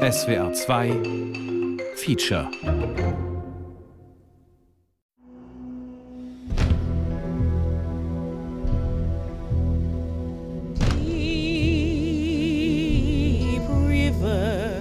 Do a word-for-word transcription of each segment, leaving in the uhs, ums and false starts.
S W R zwei Feature. Deep river,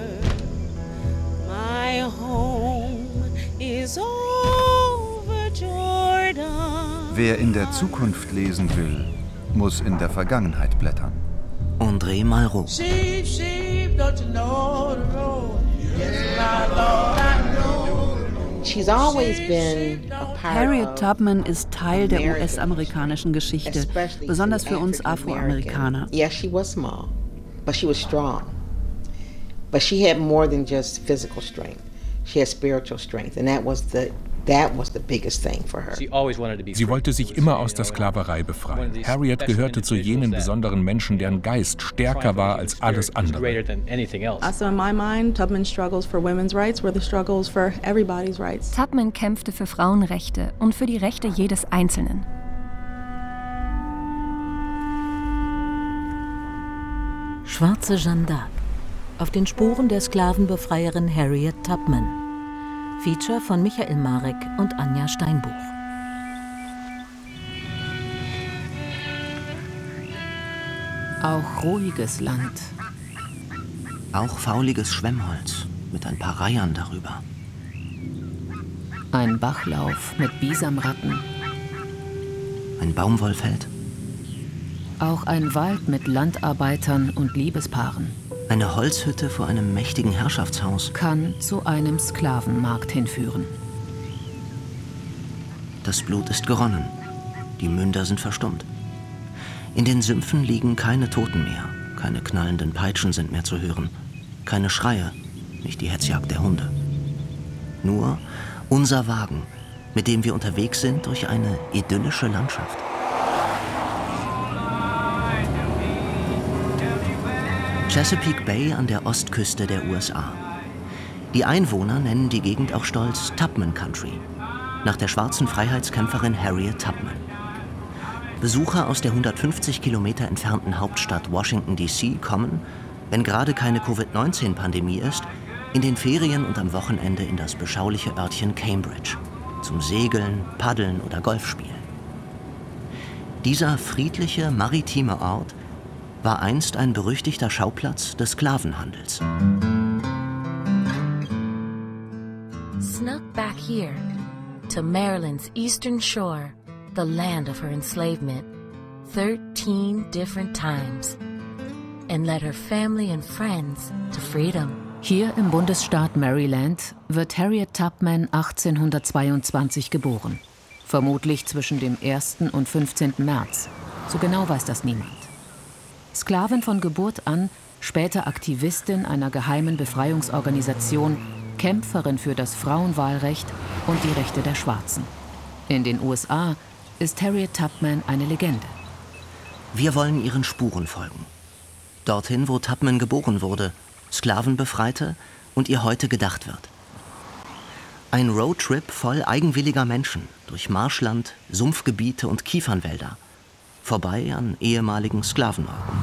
my home is over Jordan. Wer in der Zukunft lesen will, muss in der Vergangenheit blättern. André Malraux. Sheep, sheep, don't you know the road? Yes, my Lord, I know. She's always been a part Harriet of Tubman ist Teil der U S-amerikanischen Geschichte, besonders für uns Afroamerikaner. Yes, she was small, but she was strong. But she had more than just physical strength. She had spiritual strength, and that was the That was the biggest thing for her. Sie wollte sich immer aus der Sklaverei befreien. Harriet gehörte zu jenen besonderen Menschen, deren Geist stärker war als alles andere. Also in my mind, Tubman's struggles for women's rights were the struggles for everybody's rights. Tubman kämpfte für Frauenrechte und für die Rechte jedes Einzelnen. Schwarze Jeanne d'Arc. Auf den Spuren der Sklavenbefreierin Harriet Tubman. Feature von Michael Marek und Anja Steinbuch. Auch ruhiges Land. Auch fauliges Schwemmholz mit ein paar Reihern darüber. Ein Bachlauf mit Bisamratten. Ein Baumwollfeld. Auch ein Wald mit Landarbeitern und Liebespaaren. Eine Holzhütte vor einem mächtigen Herrschaftshaus kann zu einem Sklavenmarkt hinführen. Das Blut ist geronnen. Die Münder sind verstummt. In den Sümpfen liegen keine Toten mehr. Keine knallenden Peitschen sind mehr zu hören. Keine Schreie, nicht die Hetzjagd der Hunde. Nur unser Wagen, mit dem wir unterwegs sind durch eine idyllische Landschaft. Chesapeake Bay an der Ostküste der U S A. Die Einwohner nennen die Gegend auch stolz Tubman Country, nach der schwarzen Freiheitskämpferin Harriet Tubman. Besucher aus der hundertfünfzig Kilometer entfernten Hauptstadt Washington D C kommen, wenn gerade keine Covid neunzehn Pandemie ist, in den Ferien und am Wochenende in das beschauliche Örtchen Cambridge, zum Segeln, Paddeln oder Golfspielen. Dieser friedliche, maritime Ort war einst ein berüchtigter Schauplatz des Sklavenhandels. Snuck back here to Maryland's eastern shore, the land of her enslavement, thirteen different times, and led her family and friends to freedom. Hier im Bundesstaat Maryland wird Harriet Tubman achtzehnhundertzweiundzwanzig geboren. Vermutlich zwischen dem ersten und fünfzehnten März. So genau weiß das niemand. Sklavin von Geburt an, später Aktivistin einer geheimen Befreiungsorganisation, Kämpferin für das Frauenwahlrecht und die Rechte der Schwarzen. In den U S A ist Harriet Tubman eine Legende. Wir wollen ihren Spuren folgen. Dorthin, wo Tubman geboren wurde, Sklaven befreite und ihr heute gedacht wird. Ein Roadtrip voll eigenwilliger Menschen durch Marschland, Sumpfgebiete und Kiefernwälder. Vorbei an ehemaligen Sklavenorten.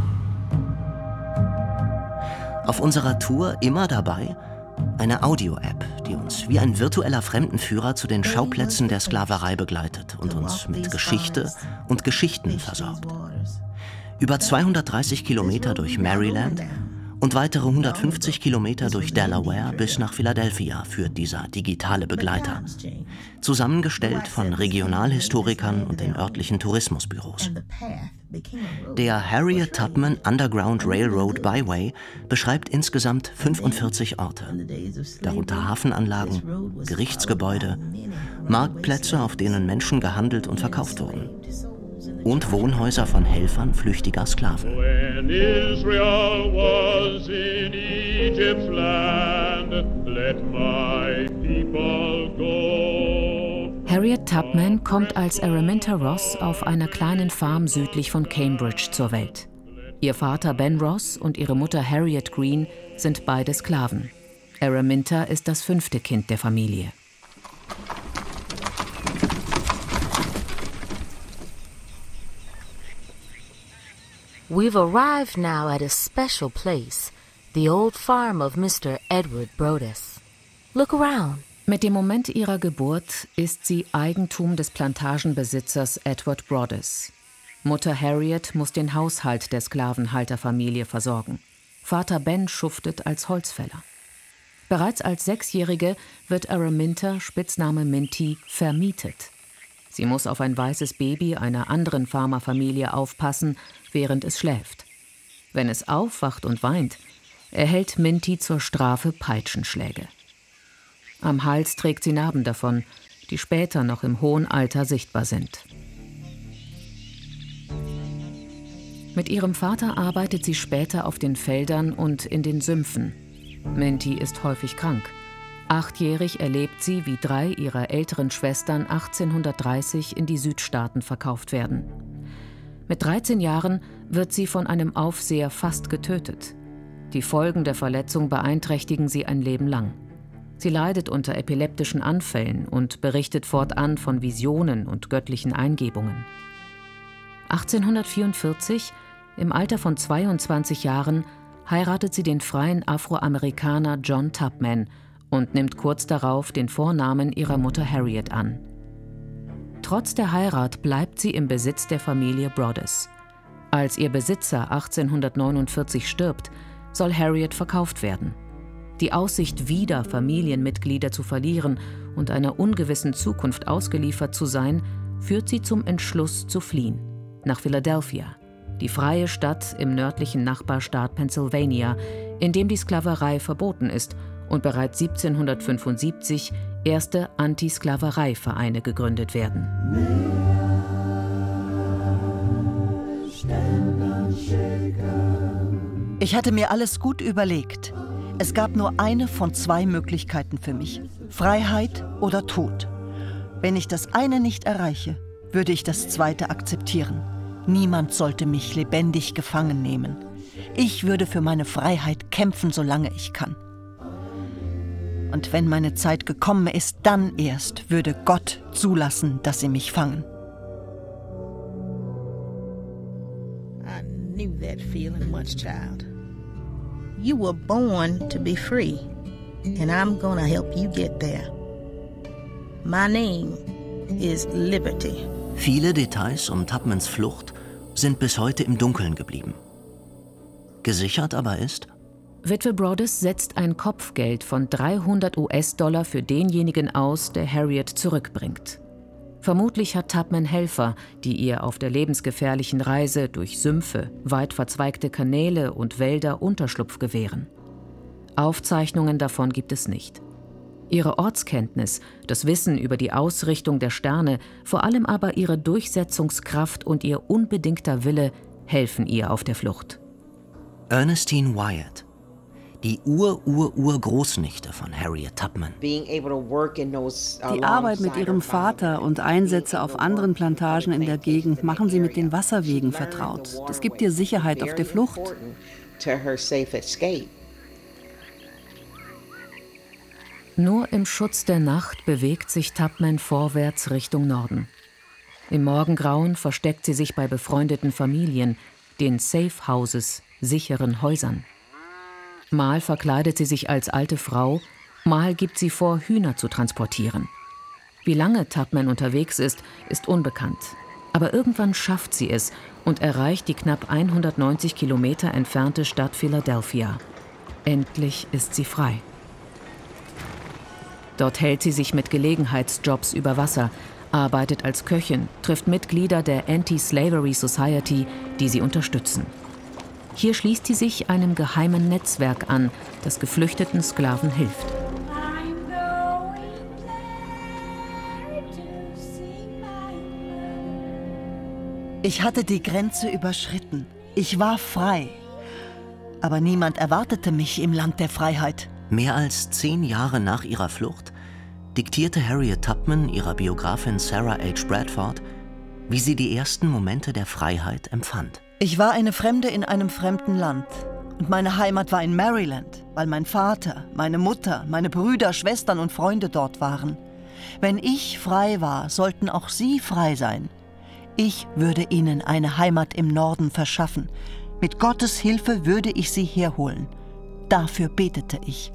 Auf unserer Tour immer dabei eine Audio-App, die uns wie ein virtueller Fremdenführer zu den Schauplätzen der Sklaverei begleitet und uns mit Geschichte und Geschichten versorgt. Über zweihundertdreißig Kilometer durch Maryland und weitere hundertfünfzig Kilometer durch Delaware bis nach Philadelphia führt dieser digitale Begleiter. Zusammengestellt von Regionalhistorikern und den örtlichen Tourismusbüros. Der Harriet Tubman Underground Railroad Byway beschreibt insgesamt fünfundvierzig Orte. Darunter Hafenanlagen, Gerichtsgebäude, Marktplätze, auf denen Menschen gehandelt und verkauft wurden. Und Wohnhäuser von Helfern flüchtiger Sklaven. When Israel was in Egypt's land, let my people go. Harriet Tubman kommt als Araminta Ross auf einer kleinen Farm südlich von Cambridge zur Welt. Ihr Vater Ben Ross und ihre Mutter Harriet Green sind beide Sklaven. Araminta ist das fünfte Kind der Familie. We've arrived now at a special place the old farm of Mister Edward Brodess. Look around. Mit dem Moment ihrer Geburt ist sie Eigentum des Plantagenbesitzers Edward Brodess. Mutter Harriet muss den Haushalt der Sklavenhalterfamilie versorgen. Vater Ben schuftet als Holzfäller. Bereits als Sechsjährige wird Araminta, Spitzname Minty, vermietet. Sie muss auf ein weißes Baby einer anderen Farmerfamilie aufpassen, während es schläft. Wenn es aufwacht und weint, erhält Minty zur Strafe Peitschenschläge. Am Hals trägt sie Narben davon, die später noch im hohen Alter sichtbar sind. Mit ihrem Vater arbeitet sie später auf den Feldern und in den Sümpfen. Minty ist häufig krank. Achtjährig erlebt sie, wie drei ihrer älteren Schwestern achtzehnhundertdreißig in die Südstaaten verkauft werden. Mit dreizehn Jahren wird sie von einem Aufseher fast getötet. Die Folgen der Verletzung beeinträchtigen sie ein Leben lang. Sie leidet unter epileptischen Anfällen und berichtet fortan von Visionen und göttlichen Eingebungen. achtzehnhundertvierundvierzig, im Alter von zweiundzwanzig Jahren, heiratet sie den freien Afroamerikaner John Tubman und nimmt kurz darauf den Vornamen ihrer Mutter Harriet an. Trotz der Heirat bleibt sie im Besitz der Familie Brodess. Als ihr Besitzer achtzehnhundertneunundvierzig stirbt, soll Harriet verkauft werden. Die Aussicht, wieder Familienmitglieder zu verlieren und einer ungewissen Zukunft ausgeliefert zu sein, führt sie zum Entschluss zu fliehen, nach Philadelphia, die freie Stadt im nördlichen Nachbarstaat Pennsylvania, in dem die Sklaverei verboten ist und bereits siebzehnhundertfünfundsiebzig erste Anti-Sklaverei-Vereine gegründet werden. Ich hatte mir alles gut überlegt. Es gab nur eine von zwei Möglichkeiten für mich: Freiheit oder Tod. Wenn ich das eine nicht erreiche, würde ich das zweite akzeptieren. Niemand sollte mich lebendig gefangen nehmen. Ich würde für meine Freiheit kämpfen, solange ich kann. Und wenn meine Zeit gekommen ist, dann erst würde Gott zulassen, dass sie mich fangen. I knew that feeling once, child. You were born to be free, and I'm gonna help you get there. My name is Liberty. Viele Details um Tubmans Flucht sind bis heute im Dunkeln geblieben. Gesichert aber ist: Witwe Brodess setzt ein Kopfgeld von dreihundert US-Dollar für denjenigen aus, der Harriet zurückbringt. Vermutlich hat Tubman Helfer, die ihr auf der lebensgefährlichen Reise durch Sümpfe, weit verzweigte Kanäle und Wälder Unterschlupf gewähren. Aufzeichnungen davon gibt es nicht. Ihre Ortskenntnis, das Wissen über die Ausrichtung der Sterne, vor allem aber ihre Durchsetzungskraft und ihr unbedingter Wille helfen ihr auf der Flucht. Ernestine Wyatt, die Ur-Ur-Ur-Großnichte von Harriet Tubman. Die Arbeit mit ihrem Vater und Einsätze auf anderen Plantagen in der Gegend machen sie mit den Wasserwegen vertraut. Das gibt ihr Sicherheit auf der Flucht. Nur im Schutz der Nacht bewegt sich Tubman vorwärts Richtung Norden. Im Morgengrauen versteckt sie sich bei befreundeten Familien, den Safe Houses, sicheren Häusern. Mal verkleidet sie sich als alte Frau, mal gibt sie vor, Hühner zu transportieren. Wie lange Tubman unterwegs ist, ist unbekannt. Aber irgendwann schafft sie es und erreicht die knapp hundertneunzig Kilometer entfernte Stadt Philadelphia. Endlich ist sie frei. Dort hält sie sich mit Gelegenheitsjobs über Wasser, arbeitet als Köchin, trifft Mitglieder der Anti-Slavery Society, die sie unterstützen. Hier schließt sie sich einem geheimen Netzwerk an, das geflüchteten Sklaven hilft. Ich hatte die Grenze überschritten. Ich war frei. Aber niemand erwartete mich im Land der Freiheit. Mehr als zehn Jahre nach ihrer Flucht diktierte Harriet Tubman ihrer Biografin Sarah H. Bradford, wie sie die ersten Momente der Freiheit empfand. Ich war eine Fremde in einem fremden Land. Und meine Heimat war in Maryland, weil mein Vater, meine Mutter, meine Brüder, Schwestern und Freunde dort waren. Wenn ich frei war, sollten auch sie frei sein. Ich würde ihnen eine Heimat im Norden verschaffen. Mit Gottes Hilfe würde ich sie herholen. Dafür betete ich.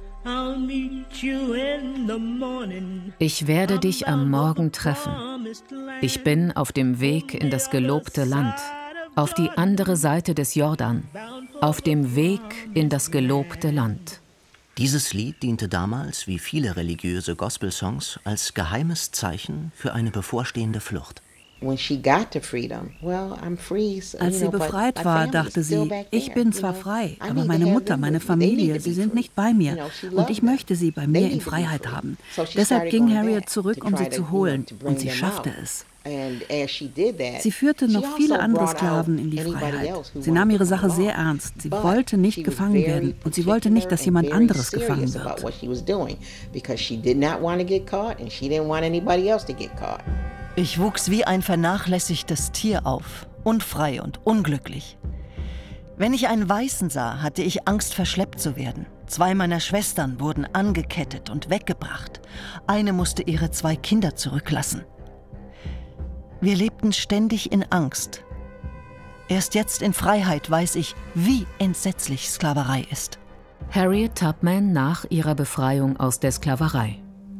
Ich werde dich am Morgen treffen. Ich bin auf dem Weg in das gelobte Land, auf die andere Seite des Jordan, auf dem Weg in das gelobte Land. Dieses Lied diente damals, wie viele religiöse Gospelsongs, als geheimes Zeichen für eine bevorstehende Flucht. Als sie befreit war, dachte sie, ich bin zwar frei, aber meine Mutter, meine Familie, sie sind nicht bei mir und ich möchte sie bei mir in Freiheit haben. Deshalb ging Harriet zurück, um sie zu holen, und sie schaffte es. Sie führte noch viele andere Sklaven in die Freiheit. Sie nahm ihre Sache sehr ernst. Sie wollte nicht gefangen werden und sie wollte nicht, dass jemand anderes gefangen wird. Ich wuchs wie ein vernachlässigtes Tier auf, unfrei und unglücklich. Wenn ich einen Weißen sah, hatte ich Angst, verschleppt zu werden. Zwei meiner Schwestern wurden angekettet und weggebracht. Eine musste ihre zwei Kinder zurücklassen. Wir lebten ständig in Angst. Erst jetzt in Freiheit weiß ich, wie entsetzlich Sklaverei ist. Harriet Tubman nach ihrer Befreiung aus der Sklaverei.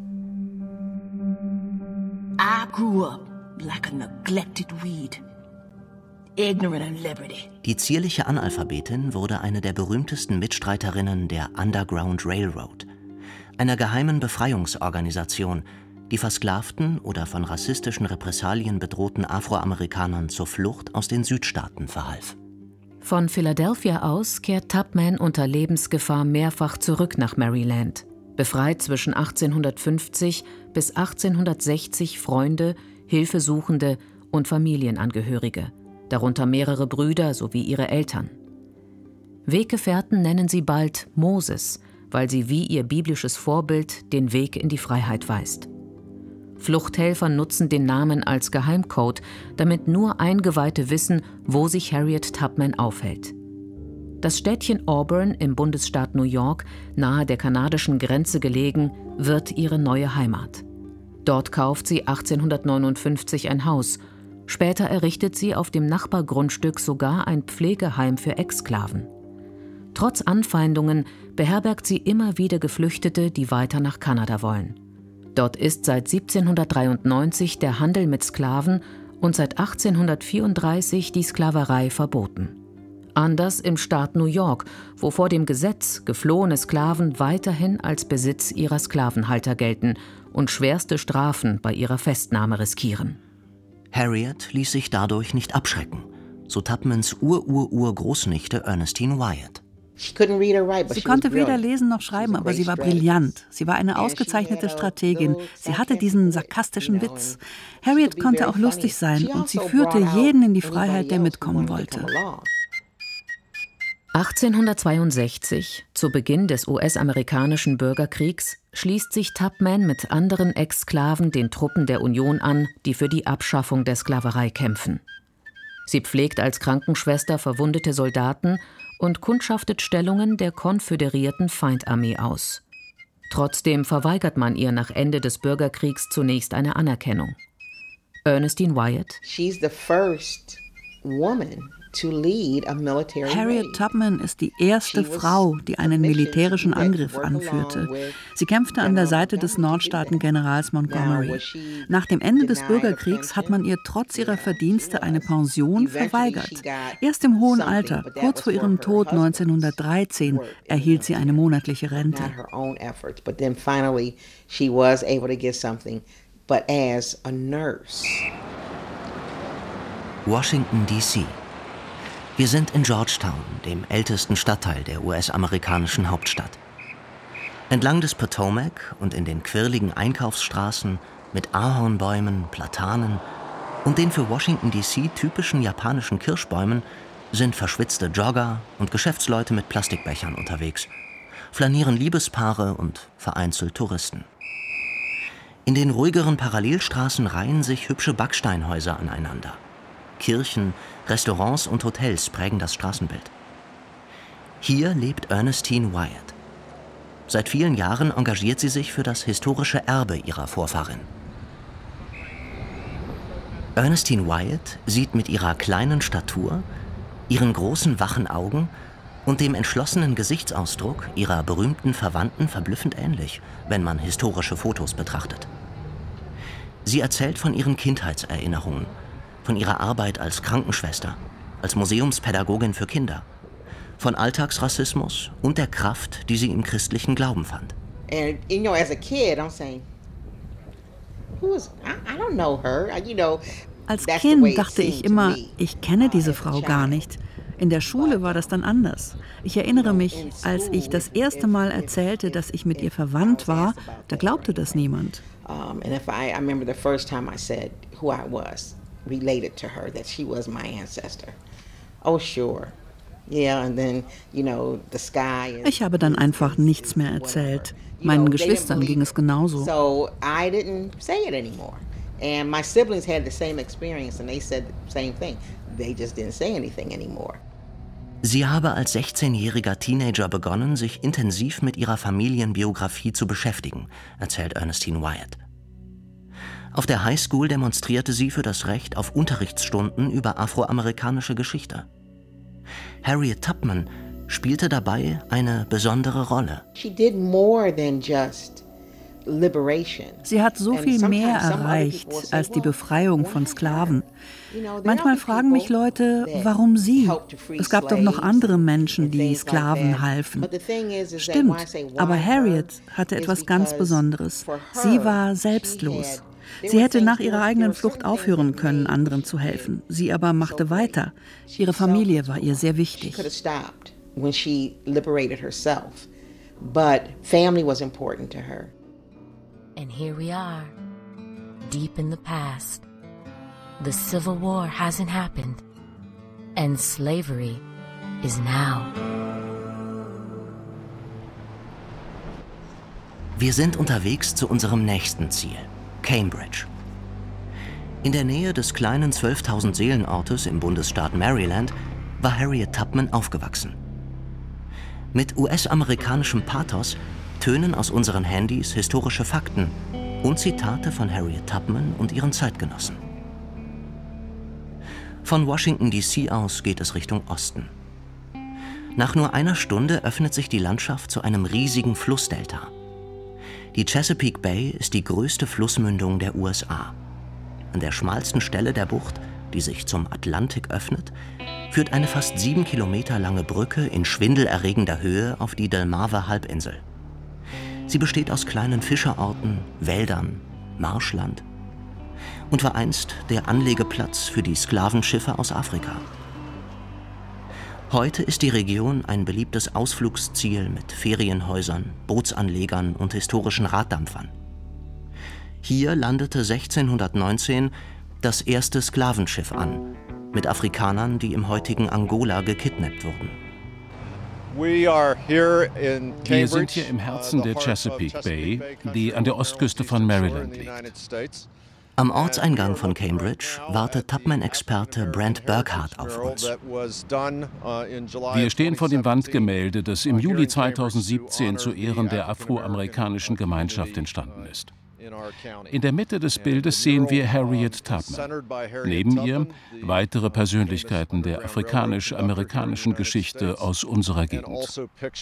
I grew up like a neglected weed, ignorant of liberty. Die zierliche Analphabetin wurde eine der berühmtesten Mitstreiterinnen der Underground Railroad, einer geheimen Befreiungsorganisation, die versklavten oder von rassistischen Repressalien bedrohten Afroamerikanern zur Flucht aus den Südstaaten verhalf. Von Philadelphia aus kehrt Tubman unter Lebensgefahr mehrfach zurück nach Maryland. Befreit zwischen achtzehnhundertfünfzig bis achtzehnhundertsechzig Freunde, Hilfesuchende und Familienangehörige, darunter mehrere Brüder sowie ihre Eltern. Weggefährten nennen sie bald Moses, weil sie wie ihr biblisches Vorbild den Weg in die Freiheit weist. Fluchthelfer nutzen den Namen als Geheimcode, damit nur Eingeweihte wissen, wo sich Harriet Tubman aufhält. Das Städtchen Auburn im Bundesstaat New York, nahe der kanadischen Grenze gelegen, wird ihre neue Heimat. Dort kauft sie achtzehnhundertneunundfünfzig ein Haus. Später errichtet sie auf dem Nachbargrundstück sogar ein Pflegeheim für Ex-Sklaven. Trotz Anfeindungen beherbergt sie immer wieder Geflüchtete, die weiter nach Kanada wollen. Dort ist seit siebzehnhundertdreiundneunzig der Handel mit Sklaven und seit achtzehnhundertvierunddreißig die Sklaverei verboten. Anders im Staat New York, wo vor dem Gesetz geflohene Sklaven weiterhin als Besitz ihrer Sklavenhalter gelten und schwerste Strafen bei ihrer Festnahme riskieren. Harriet ließ sich dadurch nicht abschrecken, so Tubmans Ur-Ur-Ur-Großnichte Ernestine Wyatt. Sie konnte weder lesen noch schreiben, aber sie war brillant. Sie war eine ausgezeichnete Strategin. Sie hatte diesen sarkastischen Witz. Harriet konnte auch lustig sein und sie führte jeden in die Freiheit, der mitkommen wollte. achtzehnhundertzweiundsechzig, zu Beginn des U S-amerikanischen Bürgerkriegs, schließt sich Tubman mit anderen Ex-Sklaven den Truppen der Union an, die für die Abschaffung der Sklaverei kämpfen. Sie pflegt als Krankenschwester verwundete Soldaten und kundschaftet Stellungen der konföderierten Feindarmee aus. Trotzdem verweigert man ihr nach Ende des Bürgerkriegs zunächst eine Anerkennung. Ernestine Wyatt. She's the first woman to lead a military raid. Harriet Tubman ist die erste Frau, die einen militärischen Angriff anführte. Sie kämpfte an der Seite des Nordstaaten-Generals Montgomery. Nach dem Ende des Bürgerkriegs hat man ihr trotz ihrer Verdienste eine Pension verweigert. Erst im hohen Alter, kurz vor ihrem Tod neunzehnhundertdreizehn, erhielt sie eine monatliche Rente. Washington, D C Wir sind in Georgetown, dem ältesten Stadtteil der U S-amerikanischen Hauptstadt. Entlang des Potomac und in den quirligen Einkaufsstraßen mit Ahornbäumen, Platanen und den für Washington, D C typischen japanischen Kirschbäumen sind verschwitzte Jogger und Geschäftsleute mit Plastikbechern unterwegs, flanieren Liebespaare und vereinzelt Touristen. In den ruhigeren Parallelstraßen reihen sich hübsche Backsteinhäuser aneinander. Kirchen, Restaurants und Hotels prägen das Straßenbild. Hier lebt Ernestine Wyatt. Seit vielen Jahren engagiert sie sich für das historische Erbe ihrer Vorfahrin. Ernestine Wyatt sieht mit ihrer kleinen Statur, ihren großen wachen Augen und dem entschlossenen Gesichtsausdruck ihrer berühmten Verwandten verblüffend ähnlich, wenn man historische Fotos betrachtet. Sie erzählt von ihren Kindheitserinnerungen, von ihrer Arbeit als Krankenschwester, als Museumspädagogin für Kinder, von Alltagsrassismus und der Kraft, die sie im christlichen Glauben fand. And you know, as a kid, I'm saying, who is? I, I don't know her. You know. Als Kind dachte ich immer, ich kenne diese Frau gar nicht. In der Schule war das dann anders. Ich erinnere mich, als ich das erste Mal erzählte, dass ich mit ihr verwandt war, da glaubte das niemand. Um, and if I, I remember the first time I said who I was related to her, that she was my ancestor. Oh, sure. Yeah, and then, you know, the sky. Ich habe dann einfach nichts mehr erzählt. Meinen Geschwistern ging es genauso. So I didn't say it anymore. And my siblings had the same experience and they said the same thing. They just didn't say anything anymore. Sie habe als sechzehnjähriger Teenager begonnen, sich intensiv mit ihrer Familienbiografie zu beschäftigen, erzählt Ernestine Wyatt. Auf der High School demonstrierte sie für das Recht auf Unterrichtsstunden über afroamerikanische Geschichte. Harriet Tubman spielte dabei eine besondere Rolle. She did more than just liberation. Sie hat so viel mehr erreicht als die Befreiung von Sklaven. Manchmal fragen mich Leute, warum sie? Es gab doch noch andere Menschen, die Sklaven halfen. Stimmt, aber Harriet hatte etwas ganz Besonderes. Sie war selbstlos. Sie hätte nach ihrer eigenen Flucht aufhören können, anderen zu helfen. Sie aber machte weiter. Ihre Familie war ihr sehr wichtig. When she liberated herself, but family was important to her. And here we are, deep in the past. The Civil War hasn't happened, and slavery is now. Wir sind unterwegs zu unserem nächsten Ziel, Cambridge. In der Nähe des kleinen zwölftausend Seelenortes im Bundesstaat Maryland war Harriet Tubman aufgewachsen. Mit U S-amerikanischem Pathos tönen aus unseren Handys historische Fakten und Zitate von Harriet Tubman und ihren Zeitgenossen. Von Washington D C aus geht es Richtung Osten. Nach nur einer Stunde öffnet sich die Landschaft zu einem riesigen Flussdelta. Die Chesapeake Bay ist die größte Flussmündung der U S A. An der schmalsten Stelle der Bucht, die sich zum Atlantik öffnet, führt eine fast sieben Kilometer lange Brücke in schwindelerregender Höhe auf die Delmarva-Halbinsel. Sie besteht aus kleinen Fischerorten, Wäldern, Marschland und war einst der Anlegeplatz für die Sklavenschiffe aus Afrika. Heute ist die Region ein beliebtes Ausflugsziel mit Ferienhäusern, Bootsanlegern und historischen Raddampfern. Hier landete sechzehnhundertneunzehn das erste Sklavenschiff an, mit Afrikanern, die im heutigen Angola gekidnappt wurden. Wir sind hier im Herzen der Chesapeake Bay, die an der Ostküste von Maryland liegt. Am Ortseingang von Cambridge wartet Tubman-Experte Brent Burkhardt auf uns. Wir stehen vor dem Wandgemälde, das im Juli zweitausendsiebzehn zu Ehren der afroamerikanischen Gemeinschaft entstanden ist. In der Mitte des Bildes sehen wir Harriet Tubman. Neben ihr weitere Persönlichkeiten der afrikanisch-amerikanischen Geschichte aus unserer Gegend.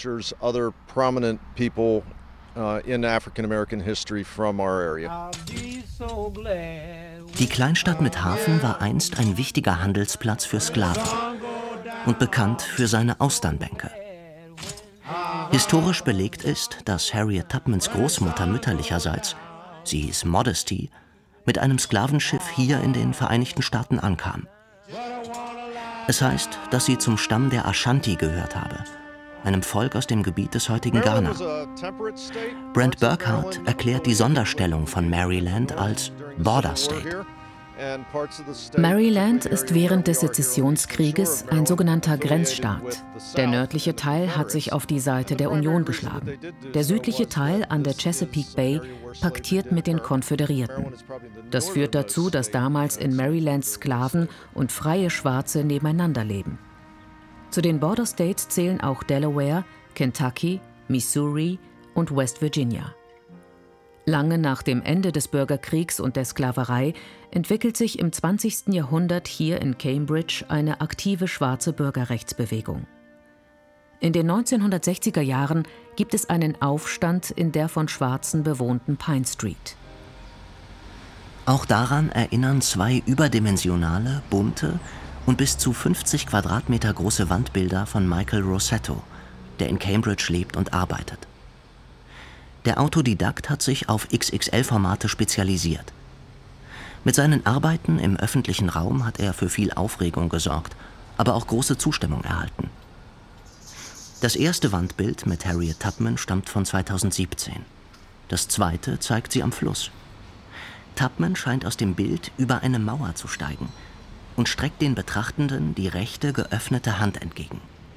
Die Kleinstadt mit Hafen war einst ein wichtiger Handelsplatz für Sklaven und bekannt für seine Austernbänke. Historisch belegt ist, dass Harriet Tubmans Großmutter mütterlicherseits, sie hieß Modesty, mit einem Sklavenschiff hier in den Vereinigten Staaten ankam. Es heißt, dass sie zum Stamm der Ashanti gehört habe, einem Volk aus dem Gebiet des heutigen Ghana. Brent Burkhardt erklärt die Sonderstellung von Maryland als Border State. Maryland ist während des Sezessionskrieges ein sogenannter Grenzstaat. Der nördliche Teil hat sich auf die Seite der Union geschlagen. Der südliche Teil an der Chesapeake Bay paktiert mit den Konföderierten. Das führt dazu, dass damals in Maryland Sklaven und freie Schwarze nebeneinander leben. Zu den Border States zählen auch Delaware, Kentucky, Missouri und West Virginia. Lange nach dem Ende des Bürgerkriegs und der Sklaverei entwickelt sich im zwanzigsten Jahrhundert hier in Cambridge eine aktive schwarze Bürgerrechtsbewegung. In den neunzehnhundertsechziger Jahren gibt es einen Aufstand in der von Schwarzen bewohnten Pine Street. Auch daran erinnern zwei überdimensionale, bunte und bis zu fünfzig Quadratmeter große Wandbilder von Michael Rossetto, der in Cambridge lebt und arbeitet. Der Autodidakt hat sich auf X X L-Formate spezialisiert. Mit seinen Arbeiten im öffentlichen Raum hat er für viel Aufregung gesorgt, aber auch große Zustimmung erhalten. Das erste Wandbild mit Harriet Tubman stammt von zweitausendsiebzehn. Das zweite zeigt sie am Fluss. Tubman scheint aus dem Bild über eine Mauer zu steigen und streckt den Betrachtenden die rechte geöffnete Hand entgegen.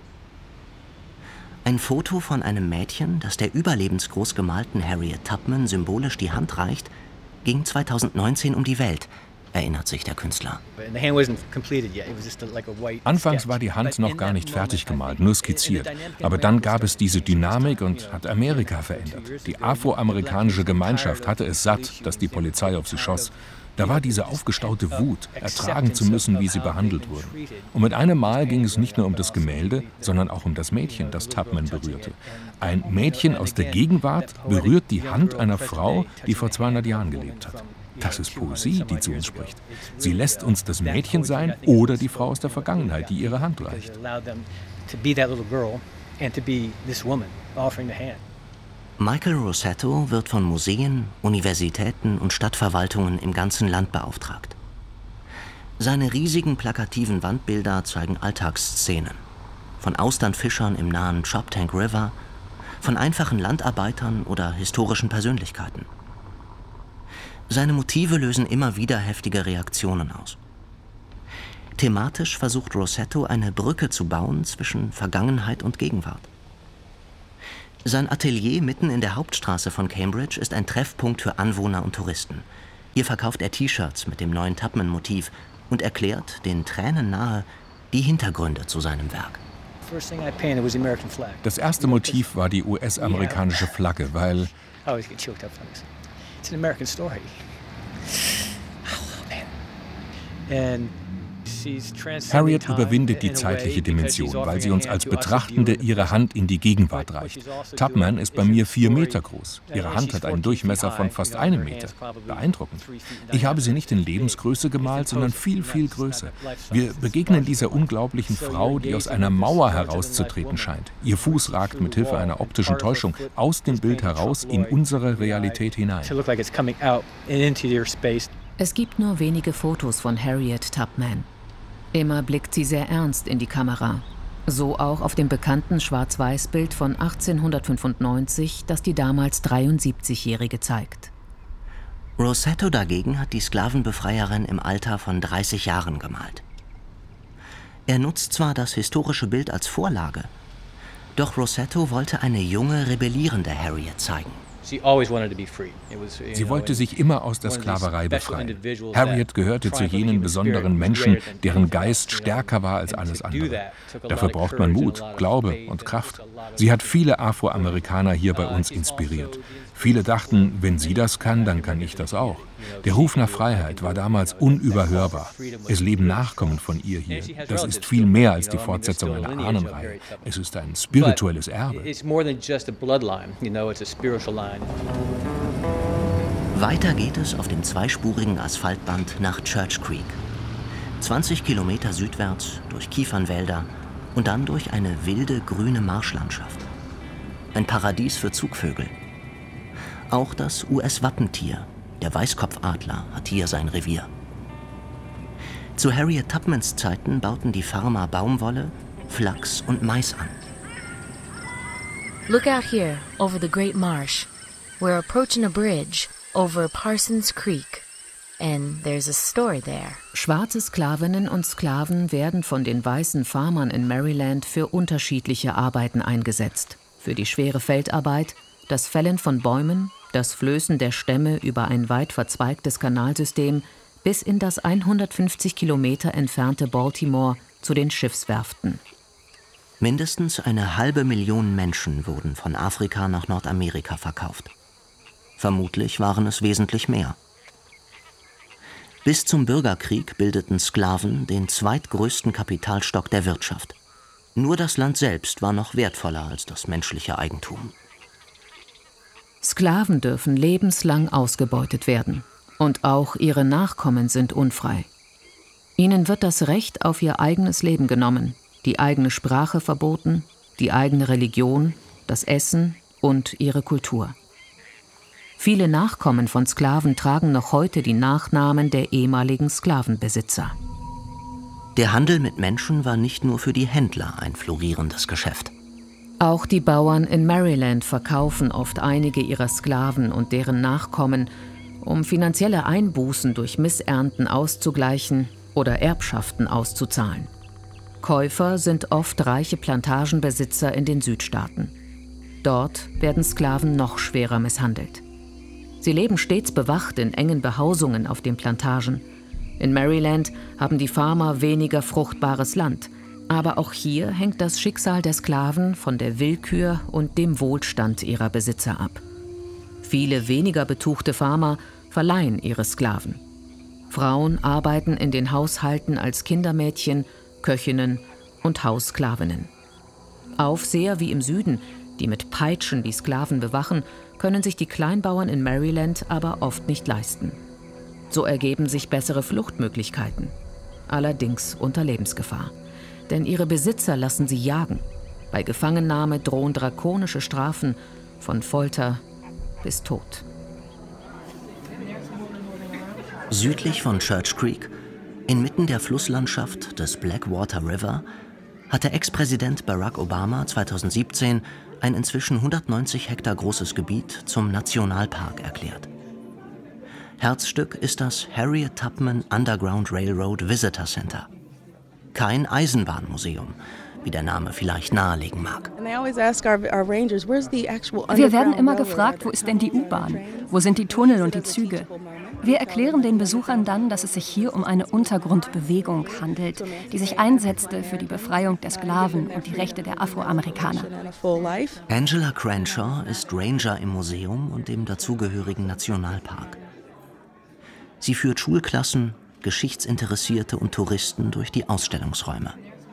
Ein Foto von einem Mädchen, das der überlebensgroß gemalten Harriet Tubman symbolisch die Hand reicht, ging zweitausendneunzehn um die Welt, erinnert sich der Künstler. Anfangs war die Hand noch gar nicht fertig gemalt, nur skizziert. Aber dann gab es diese Dynamik und hat Amerika verändert. Die afroamerikanische Gemeinschaft hatte es satt, dass die Polizei auf sie schoss. Da war diese aufgestaute Wut, ertragen zu müssen, wie sie behandelt wurden. Und mit einem Mal ging es nicht nur um das Gemälde, sondern auch um das Mädchen, das Tubman berührte. Ein Mädchen aus der Gegenwart berührt die Hand einer Frau, die vor zweihundert Jahren gelebt hat. Das ist Poesie, die zu uns spricht. Sie lässt uns das Mädchen sein oder die Frau aus der Vergangenheit, die ihre Hand reicht. Michael Rossetto wird von Museen, Universitäten und Stadtverwaltungen im ganzen Land beauftragt. Seine riesigen plakativen Wandbilder zeigen Alltagsszenen. Von Austernfischern im nahen Choptank River, von einfachen Landarbeitern oder historischen Persönlichkeiten. Seine Motive lösen immer wieder heftige Reaktionen aus. Thematisch versucht Rossetto eine Brücke zu bauen zwischen Vergangenheit und Gegenwart. Sein Atelier mitten in der Hauptstraße von Cambridge ist ein Treffpunkt für Anwohner und Touristen. Hier verkauft er T-Shirts mit dem neuen Tubman-Motiv und erklärt, den Tränen nahe, die Hintergründe zu seinem Werk. Das erste Motiv war die U S-amerikanische Flagge, weil... It's an American story. Oh, man. And Harriet überwindet die zeitliche Dimension, weil sie uns als Betrachtende ihre Hand in die Gegenwart reicht. Tubman ist bei mir vier Meter groß. Ihre Hand hat einen Durchmesser von fast einem Meter. Beeindruckend. Ich habe sie nicht in Lebensgröße gemalt, sondern viel, viel größer. Wir begegnen dieser unglaublichen Frau, die aus einer Mauer herauszutreten scheint. Ihr Fuß ragt mit Hilfe einer optischen Täuschung aus dem Bild heraus in unsere Realität hinein. Es gibt nur wenige Fotos von Harriet Tubman. Immer blickt sie sehr ernst in die Kamera. So auch auf dem bekannten Schwarz-Weiß-Bild von achtzehnhundertfünfundneunzig, das die damals dreiundsiebzigjährige zeigt. Rossetto dagegen hat die Sklavenbefreierin im Alter von dreißig Jahren gemalt. Er nutzt zwar das historische Bild als Vorlage, doch Rossetto wollte eine junge, rebellierende Harriet zeigen. Sie wollte sich immer aus der Sklaverei befreien. Harriet gehörte zu jenen besonderen Menschen, deren Geist stärker war als alles andere. Dafür braucht man Mut, Glaube und Kraft. Sie hat viele Afroamerikaner hier bei uns inspiriert. Viele dachten, wenn sie das kann, dann kann ich das auch. Der Ruf nach Freiheit war damals unüberhörbar. Es leben Nachkommen von ihr hier. Das ist viel mehr als die Fortsetzung einer Ahnenreihe. Es ist ein spirituelles Erbe. Weiter geht es auf dem zweispurigen Asphaltband nach Church Creek. zwanzig Kilometer südwärts, durch Kiefernwälder und dann durch eine wilde grüne Marschlandschaft. Ein Paradies für Zugvögel. Auch das U S-Wappentier, der Weißkopfadler, hat hier sein Revier. Zu Harriet Tubmans Zeiten bauten die Farmer Baumwolle, Flachs und Mais an. Look out here, over the Great Marsh. We're approaching a bridge over Parsons Creek. And there's a story there. Schwarze Sklavinnen und Sklaven werden von den weißen Farmern in Maryland für unterschiedliche Arbeiten eingesetzt. Für die schwere Feldarbeit, das Fällen von Bäumen, das Flößen der Stämme über ein weit verzweigtes Kanalsystem bis in das hundertfünfzig Kilometer entfernte Baltimore zu den Schiffswerften. Mindestens eine halbe Million Menschen wurden von Afrika nach Nordamerika verkauft. Vermutlich waren es wesentlich mehr. Bis zum Bürgerkrieg bildeten Sklaven den zweitgrößten Kapitalstock der Wirtschaft. Nur das Land selbst war noch wertvoller als das menschliche Eigentum. Sklaven dürfen lebenslang ausgebeutet werden. Und auch ihre Nachkommen sind unfrei. Ihnen wird das Recht auf ihr eigenes Leben genommen, die eigene Sprache verboten, die eigene Religion, das Essen und ihre Kultur. Viele Nachkommen von Sklaven tragen noch heute die Nachnamen der ehemaligen Sklavenbesitzer. Der Handel mit Menschen war nicht nur für die Händler ein florierendes Geschäft. Auch die Bauern in Maryland verkaufen oft einige ihrer Sklaven und deren Nachkommen, um finanzielle Einbußen durch Missernten auszugleichen oder Erbschaften auszuzahlen. Käufer sind oft reiche Plantagenbesitzer in den Südstaaten. Dort werden Sklaven noch schwerer misshandelt. Sie leben stets bewacht in engen Behausungen auf den Plantagen. In Maryland haben die Farmer weniger fruchtbares Land. Aber auch hier hängt das Schicksal der Sklaven von der Willkür und dem Wohlstand ihrer Besitzer ab. Viele weniger betuchte Farmer verleihen ihre Sklaven. Frauen arbeiten in den Haushalten als Kindermädchen, Köchinnen und Haussklavinnen. Aufseher wie im Süden, die mit Peitschen die Sklaven bewachen, können sich die Kleinbauern in Maryland aber oft nicht leisten. So ergeben sich bessere Fluchtmöglichkeiten, allerdings unter Lebensgefahr. Denn ihre Besitzer lassen sie jagen. Bei Gefangennahme drohen drakonische Strafen von Folter bis Tod. Südlich von Church Creek, inmitten der Flusslandschaft des Blackwater River, hatte Ex-Präsident Barack Obama zweitausendsiebzehn ein inzwischen hundertneunzig Hektar großes Gebiet zum Nationalpark erklärt. Herzstück ist das Harriet Tubman Underground Railroad Visitor Center. Kein Eisenbahnmuseum, wie der Name vielleicht nahelegen mag. Wir werden immer gefragt, wo ist denn die U-Bahn? Wo sind die Tunnel und die Züge? Wir erklären den Besuchern dann, dass es sich hier um eine Untergrundbewegung handelt, die sich einsetzte für die Befreiung der Sklaven und die Rechte der Afroamerikaner. Angela Crenshaw ist Ranger im Museum und dem dazugehörigen Nationalpark. Sie führt Schulklassen, Geschichtsinteressierte und Touristen durch die Ausstellungsräume.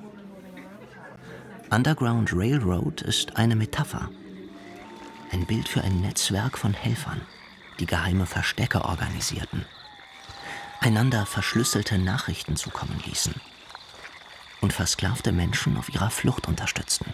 Underground Railroad ist eine Metapher. Ein Bild für ein Netzwerk von Helfern, die geheime Verstecke organisierten, einander verschlüsselte Nachrichten zukommen ließen und versklavte Menschen auf ihrer Flucht unterstützten.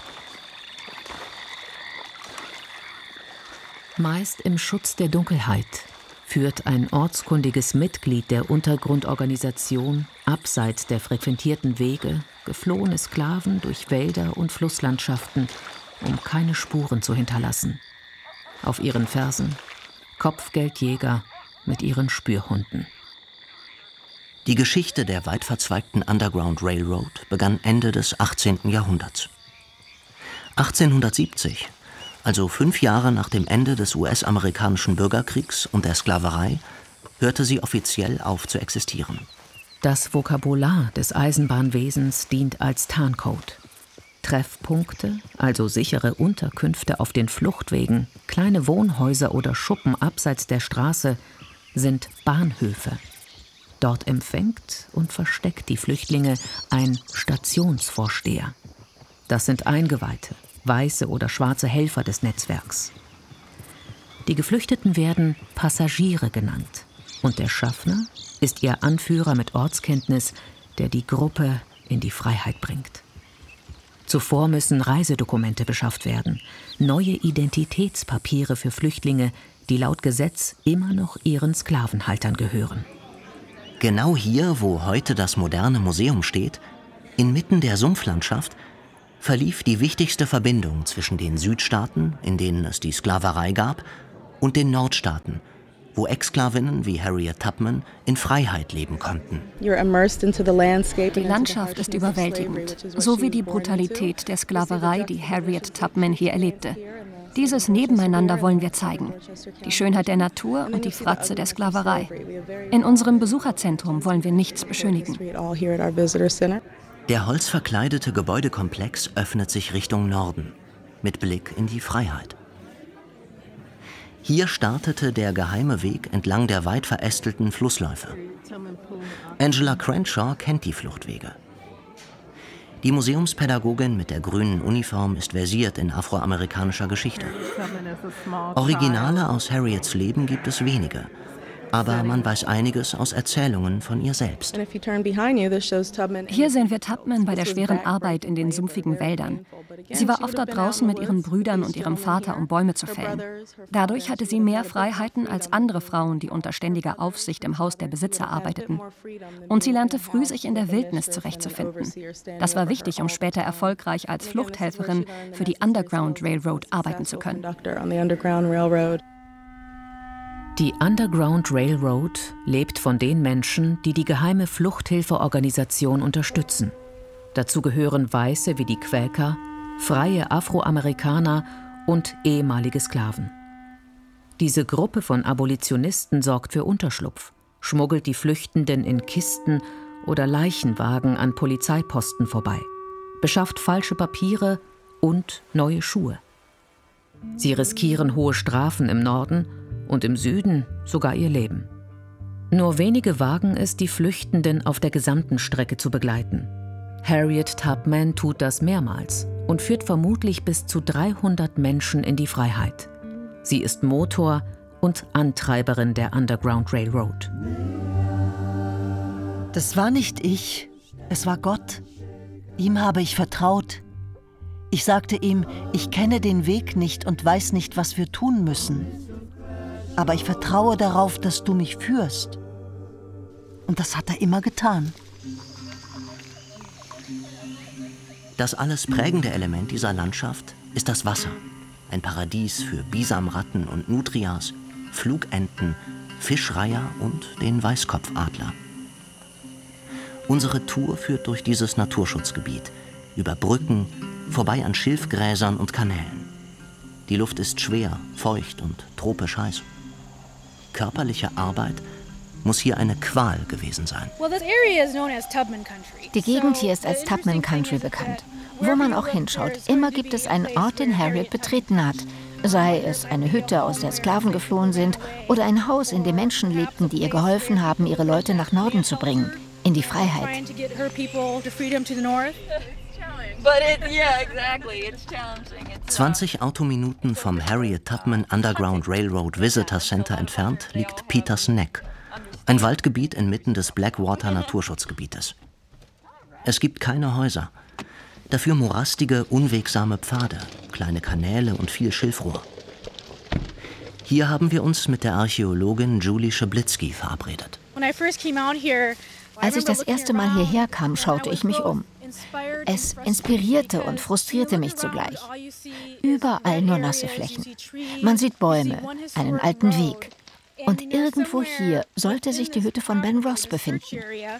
Meist im Schutz der Dunkelheit führt ein ortskundiges Mitglied der Untergrundorganisation abseits der frequentierten Wege geflohene Sklaven durch Wälder und Flusslandschaften, um keine Spuren zu hinterlassen. Auf ihren Fersen Kopfgeldjäger mit ihren Spürhunden. Die Geschichte der weit verzweigten Underground Railroad begann Ende des achtzehnten Jahrhunderts. achtzehnhundertsiebzig, also fünf Jahre nach dem Ende des U S-amerikanischen Bürgerkriegs und der Sklaverei, hörte sie offiziell auf zu existieren. Das Vokabular des Eisenbahnwesens dient als Tarncode. Treffpunkte, also sichere Unterkünfte auf den Fluchtwegen, kleine Wohnhäuser oder Schuppen abseits der Straße, sind Bahnhöfe. Dort empfängt und versteckt die Flüchtlinge ein Stationsvorsteher. Das sind Eingeweihte, weiße oder schwarze Helfer des Netzwerks. Die Geflüchteten werden Passagiere genannt und der Schaffner ist ihr Anführer mit Ortskenntnis, der die Gruppe in die Freiheit bringt. Zuvor müssen Reisedokumente beschafft werden, neue Identitätspapiere für Flüchtlinge, die laut Gesetz immer noch ihren Sklavenhaltern gehören. Genau hier, wo heute das moderne Museum steht, inmitten der Sumpflandschaft, verlief die wichtigste Verbindung zwischen den Südstaaten, in denen es die Sklaverei gab, und den Nordstaaten, wo Ex-Sklavinnen wie Harriet Tubman in Freiheit leben konnten. Die Landschaft ist überwältigend, so wie die Brutalität der Sklaverei, die Harriet Tubman hier erlebte. Dieses Nebeneinander wollen wir zeigen. Die Schönheit der Natur und die Fratze der Sklaverei. In unserem Besucherzentrum wollen wir nichts beschönigen. Der holzverkleidete Gebäudekomplex öffnet sich Richtung Norden, mit Blick in die Freiheit. Hier startete der geheime Weg entlang der weit verästelten Flussläufe. Angela Crenshaw kennt die Fluchtwege. Die Museumspädagogin mit der grünen Uniform ist versiert in afroamerikanischer Geschichte. Originale aus Harriets Leben gibt es wenige. Aber man weiß einiges aus Erzählungen von ihr selbst. Hier sehen wir Tubman bei der schweren Arbeit in den sumpfigen Wäldern. Sie war oft dort draußen mit ihren Brüdern und ihrem Vater, um Bäume zu fällen. Dadurch hatte sie mehr Freiheiten als andere Frauen, die unter ständiger Aufsicht im Haus der Besitzer arbeiteten. Und sie lernte früh, sich in der Wildnis zurechtzufinden. Das war wichtig, um später erfolgreich als Fluchthelferin für die Underground Railroad arbeiten zu können. Die Underground Railroad lebt von den Menschen, die die geheime Fluchthilfeorganisation unterstützen. Dazu gehören Weiße wie die Quäker, freie Afroamerikaner und ehemalige Sklaven. Diese Gruppe von Abolitionisten sorgt für Unterschlupf, schmuggelt die Flüchtenden in Kisten oder Leichenwagen an Polizeiposten vorbei, beschafft falsche Papiere und neue Schuhe. Sie riskieren hohe Strafen im Norden und im Süden sogar ihr Leben. Nur wenige wagen es, die Flüchtenden auf der gesamten Strecke zu begleiten. Harriet Tubman tut das mehrmals und führt vermutlich bis zu dreihundert Menschen in die Freiheit. Sie ist Motor und Antreiberin der Underground Railroad. Das war nicht ich, es war Gott. Ihm habe ich vertraut. Ich sagte ihm, ich kenne den Weg nicht und weiß nicht, was wir tun müssen. Aber ich vertraue darauf, dass du mich führst. Und das hat er immer getan. Das alles prägende Element dieser Landschaft ist das Wasser. Ein Paradies für Bisamratten und Nutrias, Flugenten, Fischreiher und den Weißkopfadler. Unsere Tour führt durch dieses Naturschutzgebiet, über Brücken, vorbei an Schilfgräsern und Kanälen. Die Luft ist schwer, feucht und tropisch heiß. Körperliche Arbeit muss hier eine Qual gewesen sein. Die Gegend hier ist als Tubman Country bekannt. Wo man auch hinschaut, immer gibt es einen Ort, den Harriet betreten hat. Sei es eine Hütte, aus der Sklaven geflohen sind, oder ein Haus, in dem Menschen lebten, die ihr geholfen haben, ihre Leute nach Norden zu bringen, in die Freiheit. zwanzig Autominuten vom Harriet Tubman Underground Railroad Visitor Center entfernt liegt Peters Neck, ein Waldgebiet inmitten des Blackwater Naturschutzgebietes. Es gibt keine Häuser, dafür morastige, unwegsame Pfade, kleine Kanäle und viel Schilfrohr. Hier haben wir uns mit der Archäologin Julie Schablitzky verabredet. Als ich das erste Mal hierher kam, schaute ich mich um. Es inspirierte und frustrierte mich zugleich. Überall nur nasse Flächen. Man sieht Bäume, einen alten Weg. Und irgendwo hier sollte sich die Hütte von Ben Ross befinden.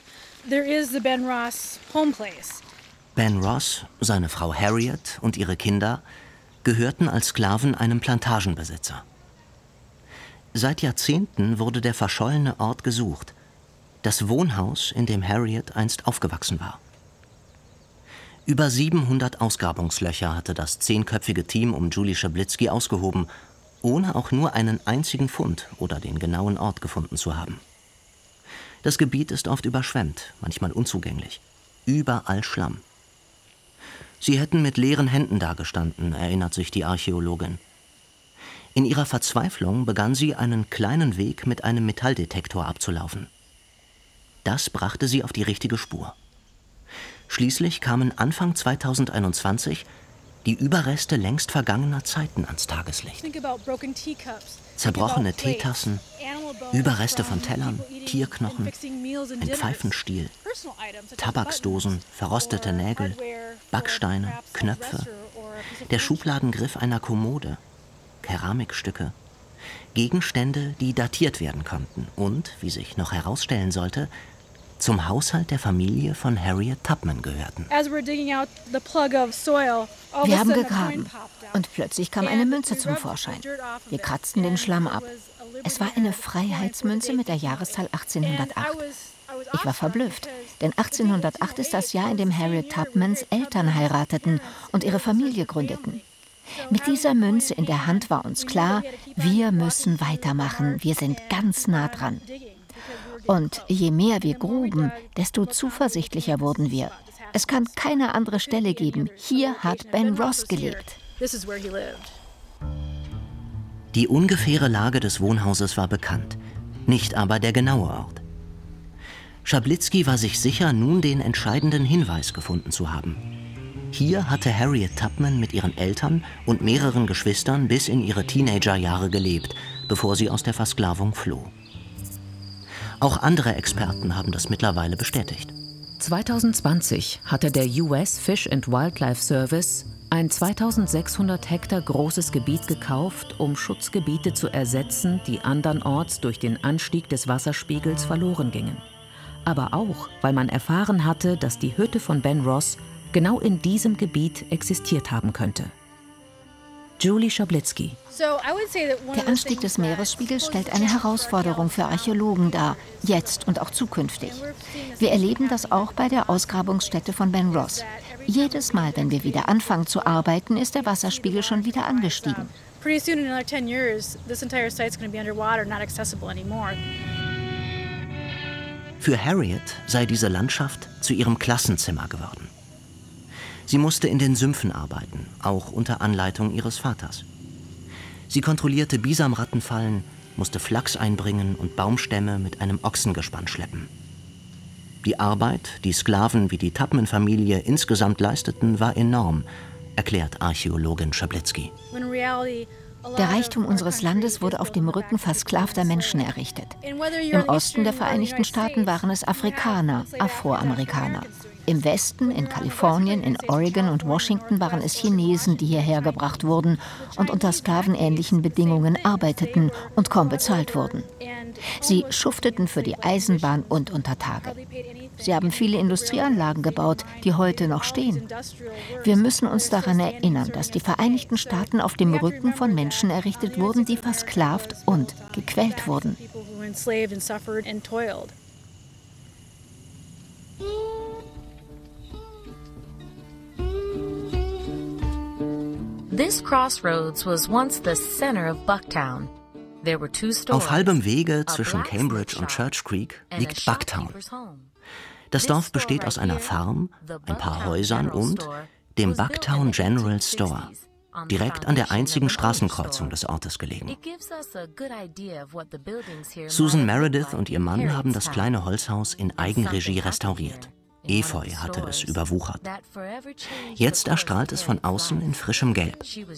Ben Ross, seine Frau Harriet und ihre Kinder gehörten als Sklaven einem Plantagenbesitzer. Seit Jahrzehnten wurde der verschollene Ort gesucht, das Wohnhaus, in dem Harriet einst aufgewachsen war. Über siebenhundert Ausgrabungslöcher hatte das zehnköpfige Team um Julie Schablitzky ausgehoben, ohne auch nur einen einzigen Fund oder den genauen Ort gefunden zu haben. Das Gebiet ist oft überschwemmt, manchmal unzugänglich. Überall Schlamm. Sie hätten mit leeren Händen dagestanden, erinnert sich die Archäologin. In ihrer Verzweiflung begann sie, einen kleinen Weg mit einem Metalldetektor abzulaufen. Das brachte sie auf die richtige Spur. Schließlich kamen Anfang zweitausendeinundzwanzig die Überreste längst vergangener Zeiten ans Tageslicht. Zerbrochene Teetassen, Überreste von Tellern, Tierknochen, ein Pfeifenstiel, Tabaksdosen, verrostete Nägel, Backsteine, Knöpfe, der Schubladengriff einer Kommode, Keramikstücke, Gegenstände, die datiert werden konnten und, wie sich noch herausstellen sollte, zum Haushalt der Familie von Harriet Tubman gehörten. Wir haben gegraben und plötzlich kam eine Münze zum Vorschein. Wir kratzten den Schlamm ab. Es war eine Freiheitsmünze mit der Jahreszahl achtzehnhundertacht. Ich war verblüfft, denn achtzehnhundertacht ist das Jahr, in dem Harriet Tubmans Eltern heirateten und ihre Familie gründeten. Mit dieser Münze in der Hand war uns klar, wir müssen weitermachen, wir sind ganz nah dran. Und je mehr wir gruben, desto zuversichtlicher wurden wir. Es kann keine andere Stelle geben. Hier hat Ben Ross gelebt. Die ungefähre Lage des Wohnhauses war bekannt, nicht aber der genaue Ort. Schablitzky war sich sicher, nun den entscheidenden Hinweis gefunden zu haben. Hier hatte Harriet Tubman mit ihren Eltern und mehreren Geschwistern bis in ihre Teenagerjahre gelebt, bevor sie aus der Versklavung floh. Auch andere Experten haben das mittlerweile bestätigt. zwanzig zwanzig hatte der U S Fish and Wildlife Service ein zweitausendsechshundert Hektar großes Gebiet gekauft, um Schutzgebiete zu ersetzen, die andernorts durch den Anstieg des Wasserspiegels verloren gingen. Aber auch, weil man erfahren hatte, dass die Hütte von Ben Ross genau in diesem Gebiet existiert haben könnte. Julie Schablitzky. Der Anstieg des Meeresspiegels stellt eine Herausforderung für Archäologen dar, jetzt und auch zukünftig. Wir erleben das auch bei der Ausgrabungsstätte von Ben Ross. Jedes Mal, wenn wir wieder anfangen zu arbeiten, ist der Wasserspiegel schon wieder angestiegen. Für Harriet sei diese Landschaft zu ihrem Klassenzimmer geworden. Sie musste in den Sümpfen arbeiten, auch unter Anleitung ihres Vaters. Sie kontrollierte Bisamrattenfallen, musste Flachs einbringen und Baumstämme mit einem Ochsengespann schleppen. Die Arbeit, die Sklaven wie die Tubman-Familie insgesamt leisteten, war enorm, erklärt Archäologin Schablitzky. Der Reichtum unseres Landes wurde auf dem Rücken versklavter Menschen errichtet. Im Osten der Vereinigten Staaten waren es Afrikaner, Afroamerikaner. Im Westen, in Kalifornien, in Oregon und Washington waren es Chinesen, die hierher gebracht wurden und unter sklavenähnlichen Bedingungen arbeiteten und kaum bezahlt wurden. Sie schufteten für die Eisenbahn und unter Tage. Sie haben viele Industrieanlagen gebaut, die heute noch stehen. Wir müssen uns daran erinnern, dass die Vereinigten Staaten auf dem Rücken von Menschen errichtet wurden, die versklavt und gequält wurden. This crossroads was once the center of Bucktown. There were two stores. Auf halbem Wege zwischen Cambridge und Church Creek liegt Bucktown. Das Dorf besteht aus einer Farm, ein paar Häusern und dem Bucktown General Store, direkt an der einzigen Straßenkreuzung des Ortes gelegen. Susan Meredith und ihr Mann haben das kleine Holzhaus in Eigenregie restauriert. Efeu hatte es überwuchert. Jetzt erstrahlt es von außen in frischem Gelb.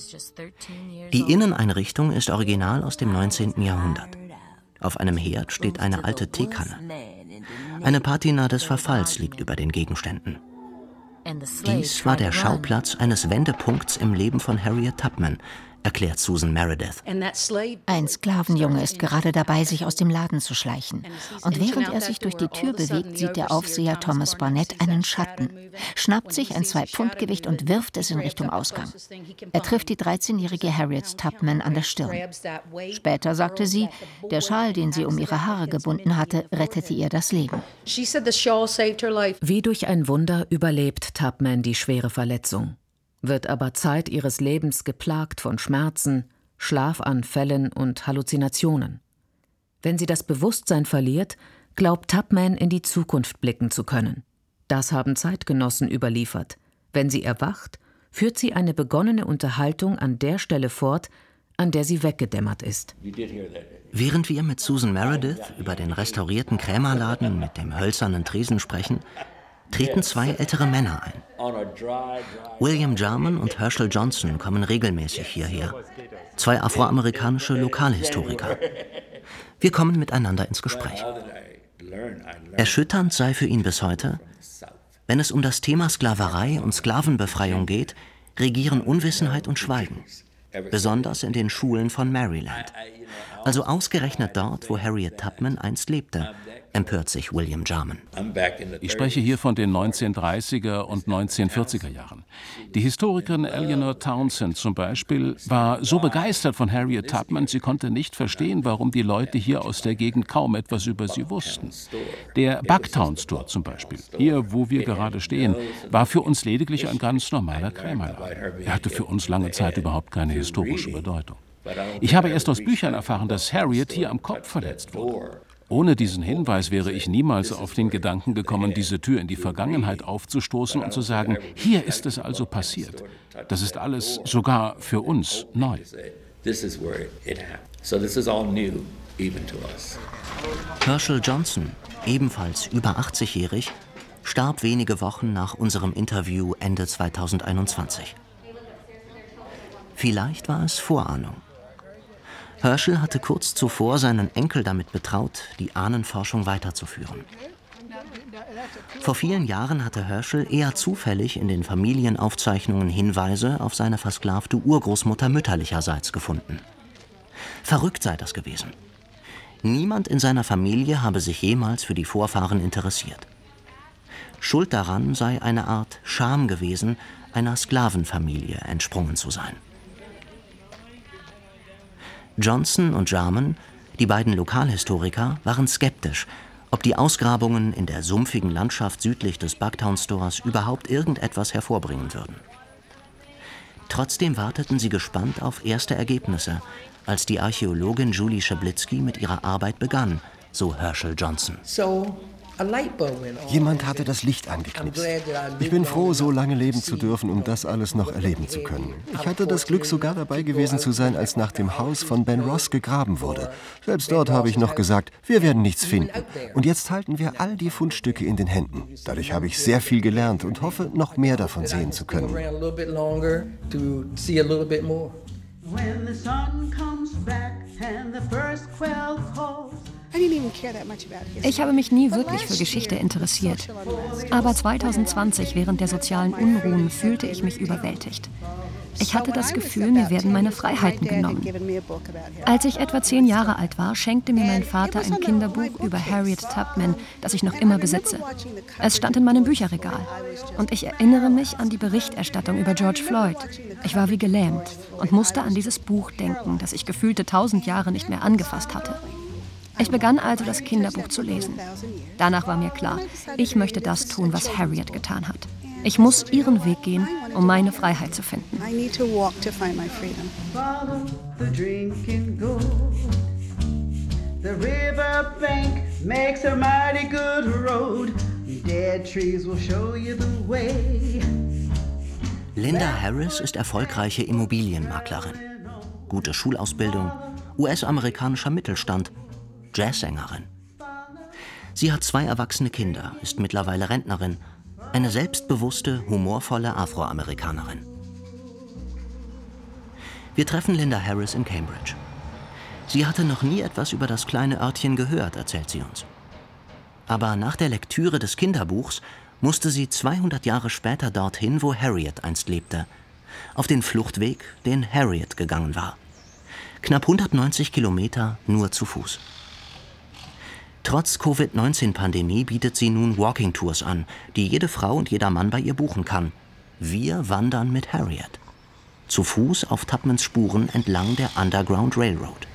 Die Inneneinrichtung ist original aus dem neunzehnten Jahrhundert. Auf einem Herd steht eine alte Teekanne. Eine Patina des Verfalls liegt über den Gegenständen. Dies war der Schauplatz eines Wendepunkts im Leben von Harriet Tubman, erklärt Susan Meredith. Ein Sklavenjunge ist gerade dabei, sich aus dem Laden zu schleichen. Und während er sich durch die Tür bewegt, sieht der Aufseher Thomas Barnett einen Schatten, schnappt sich ein Zwei-Pfund-Gewicht und wirft es in Richtung Ausgang. Er trifft die dreizehnjährige Harriet Tubman an der Stirn. Später sagte sie, der Schal, den sie um ihre Haare gebunden hatte, rettete ihr das Leben. Wie durch ein Wunder überlebt Tubman die schwere Verletzung, wird aber Zeit ihres Lebens geplagt von Schmerzen, Schlafanfällen und Halluzinationen. Wenn sie das Bewusstsein verliert, glaubt Tubman, in die Zukunft blicken zu können. Das haben Zeitgenossen überliefert. Wenn sie erwacht, führt sie eine begonnene Unterhaltung an der Stelle fort, an der sie weggedämmert ist. Während wir mit Susan Meredith über den restaurierten Krämerladen mit dem hölzernen Tresen sprechen, treten zwei ältere Männer ein. William Jarman und Herschel Johnson kommen regelmäßig hierher. Zwei afroamerikanische Lokalhistoriker. Wir kommen miteinander ins Gespräch. Erschütternd sei für ihn bis heute, wenn es um das Thema Sklaverei und Sklavenbefreiung geht, regieren Unwissenheit und Schweigen. Besonders in den Schulen von Maryland. Also ausgerechnet dort, wo Harriet Tubman einst lebte, empört sich William Jarman. Ich spreche hier von den neunzehnhundertdreißiger und neunzehnhundertvierziger Jahren. Die Historikerin Eleanor Townsend zum Beispiel war so begeistert von Harriet Tubman, sie konnte nicht verstehen, warum die Leute hier aus der Gegend kaum etwas über sie wussten. Der Bucktown Store zum Beispiel, hier wo wir gerade stehen, war für uns lediglich ein ganz normaler Krämerladen. Er hatte für uns lange Zeit überhaupt keine historische Bedeutung. Ich habe erst aus Büchern erfahren, dass Harriet hier am Kopf verletzt wurde. Ohne diesen Hinweis wäre ich niemals auf den Gedanken gekommen, diese Tür in die Vergangenheit aufzustoßen und zu sagen, hier ist es also passiert. Das ist alles sogar für uns neu. Herschel Johnson, ebenfalls über achtzigjährig, starb wenige Wochen nach unserem Interview Ende zweitausendeinundzwanzig. Vielleicht war es Vorahnung. Herschel hatte kurz zuvor seinen Enkel damit betraut, die Ahnenforschung weiterzuführen. Vor vielen Jahren hatte Herschel eher zufällig in den Familienaufzeichnungen Hinweise auf seine versklavte Urgroßmutter mütterlicherseits gefunden. Verrückt sei das gewesen. Niemand in seiner Familie habe sich jemals für die Vorfahren interessiert. Schuld daran sei eine Art Scham gewesen, einer Sklavenfamilie entsprungen zu sein. Johnson und Jarman, die beiden Lokalhistoriker, waren skeptisch, ob die Ausgrabungen in der sumpfigen Landschaft südlich des Bucktown Stores überhaupt irgendetwas hervorbringen würden. Trotzdem warteten sie gespannt auf erste Ergebnisse, als die Archäologin Julie Schablitzky mit ihrer Arbeit begann, so Herschel Johnson. Jemand hatte das Licht angeknipst. Ich bin froh, so lange leben zu dürfen, um das alles noch erleben zu können. Ich hatte das Glück, sogar dabei gewesen zu sein, als nach dem Haus von Ben Ross gegraben wurde. Selbst dort habe ich noch gesagt, wir werden nichts finden. Und jetzt halten wir all die Fundstücke in den Händen. Dadurch habe ich sehr viel gelernt und hoffe, noch mehr davon sehen zu können. When the sun comes back and the first quail calls. Ich habe mich nie wirklich für Geschichte interessiert. Aber zweitausendzwanzig, während der sozialen Unruhen, fühlte ich mich überwältigt. Ich hatte das Gefühl, mir werden meine Freiheiten genommen. Als ich etwa zehn Jahre alt war, schenkte mir mein Vater ein Kinderbuch über Harriet Tubman, das ich noch immer besitze. Es stand in meinem Bücherregal. Und ich erinnere mich an die Berichterstattung über George Floyd. Ich war wie gelähmt und musste an dieses Buch denken, das ich gefühlte tausend Jahre nicht mehr angefasst hatte. Ich begann also, das Kinderbuch zu lesen. Danach war mir klar, ich möchte das tun, was Harriet getan hat. Ich muss ihren Weg gehen, um meine Freiheit zu finden. Linda Harris ist erfolgreiche Immobilienmaklerin. Gute Schulausbildung, U S-amerikanischer Mittelstand, Jazzsängerin. Sie hat zwei erwachsene Kinder, ist mittlerweile Rentnerin, eine selbstbewusste, humorvolle Afroamerikanerin. Wir treffen Linda Harris in Cambridge. Sie hatte noch nie etwas über das kleine Örtchen gehört, erzählt sie uns. Aber nach der Lektüre des Kinderbuchs musste sie zweihundert Jahre später dorthin, wo Harriet einst lebte. Auf den Fluchtweg, den Harriet gegangen war. Knapp hundertneunzig Kilometer nur zu Fuß. Trotz Covid neunzehn Pandemie bietet sie nun Walking-Tours an, die jede Frau und jeder Mann bei ihr buchen kann. Wir wandern mit Harriet. Zu Fuß auf Tubmans Spuren entlang der Underground Railroad.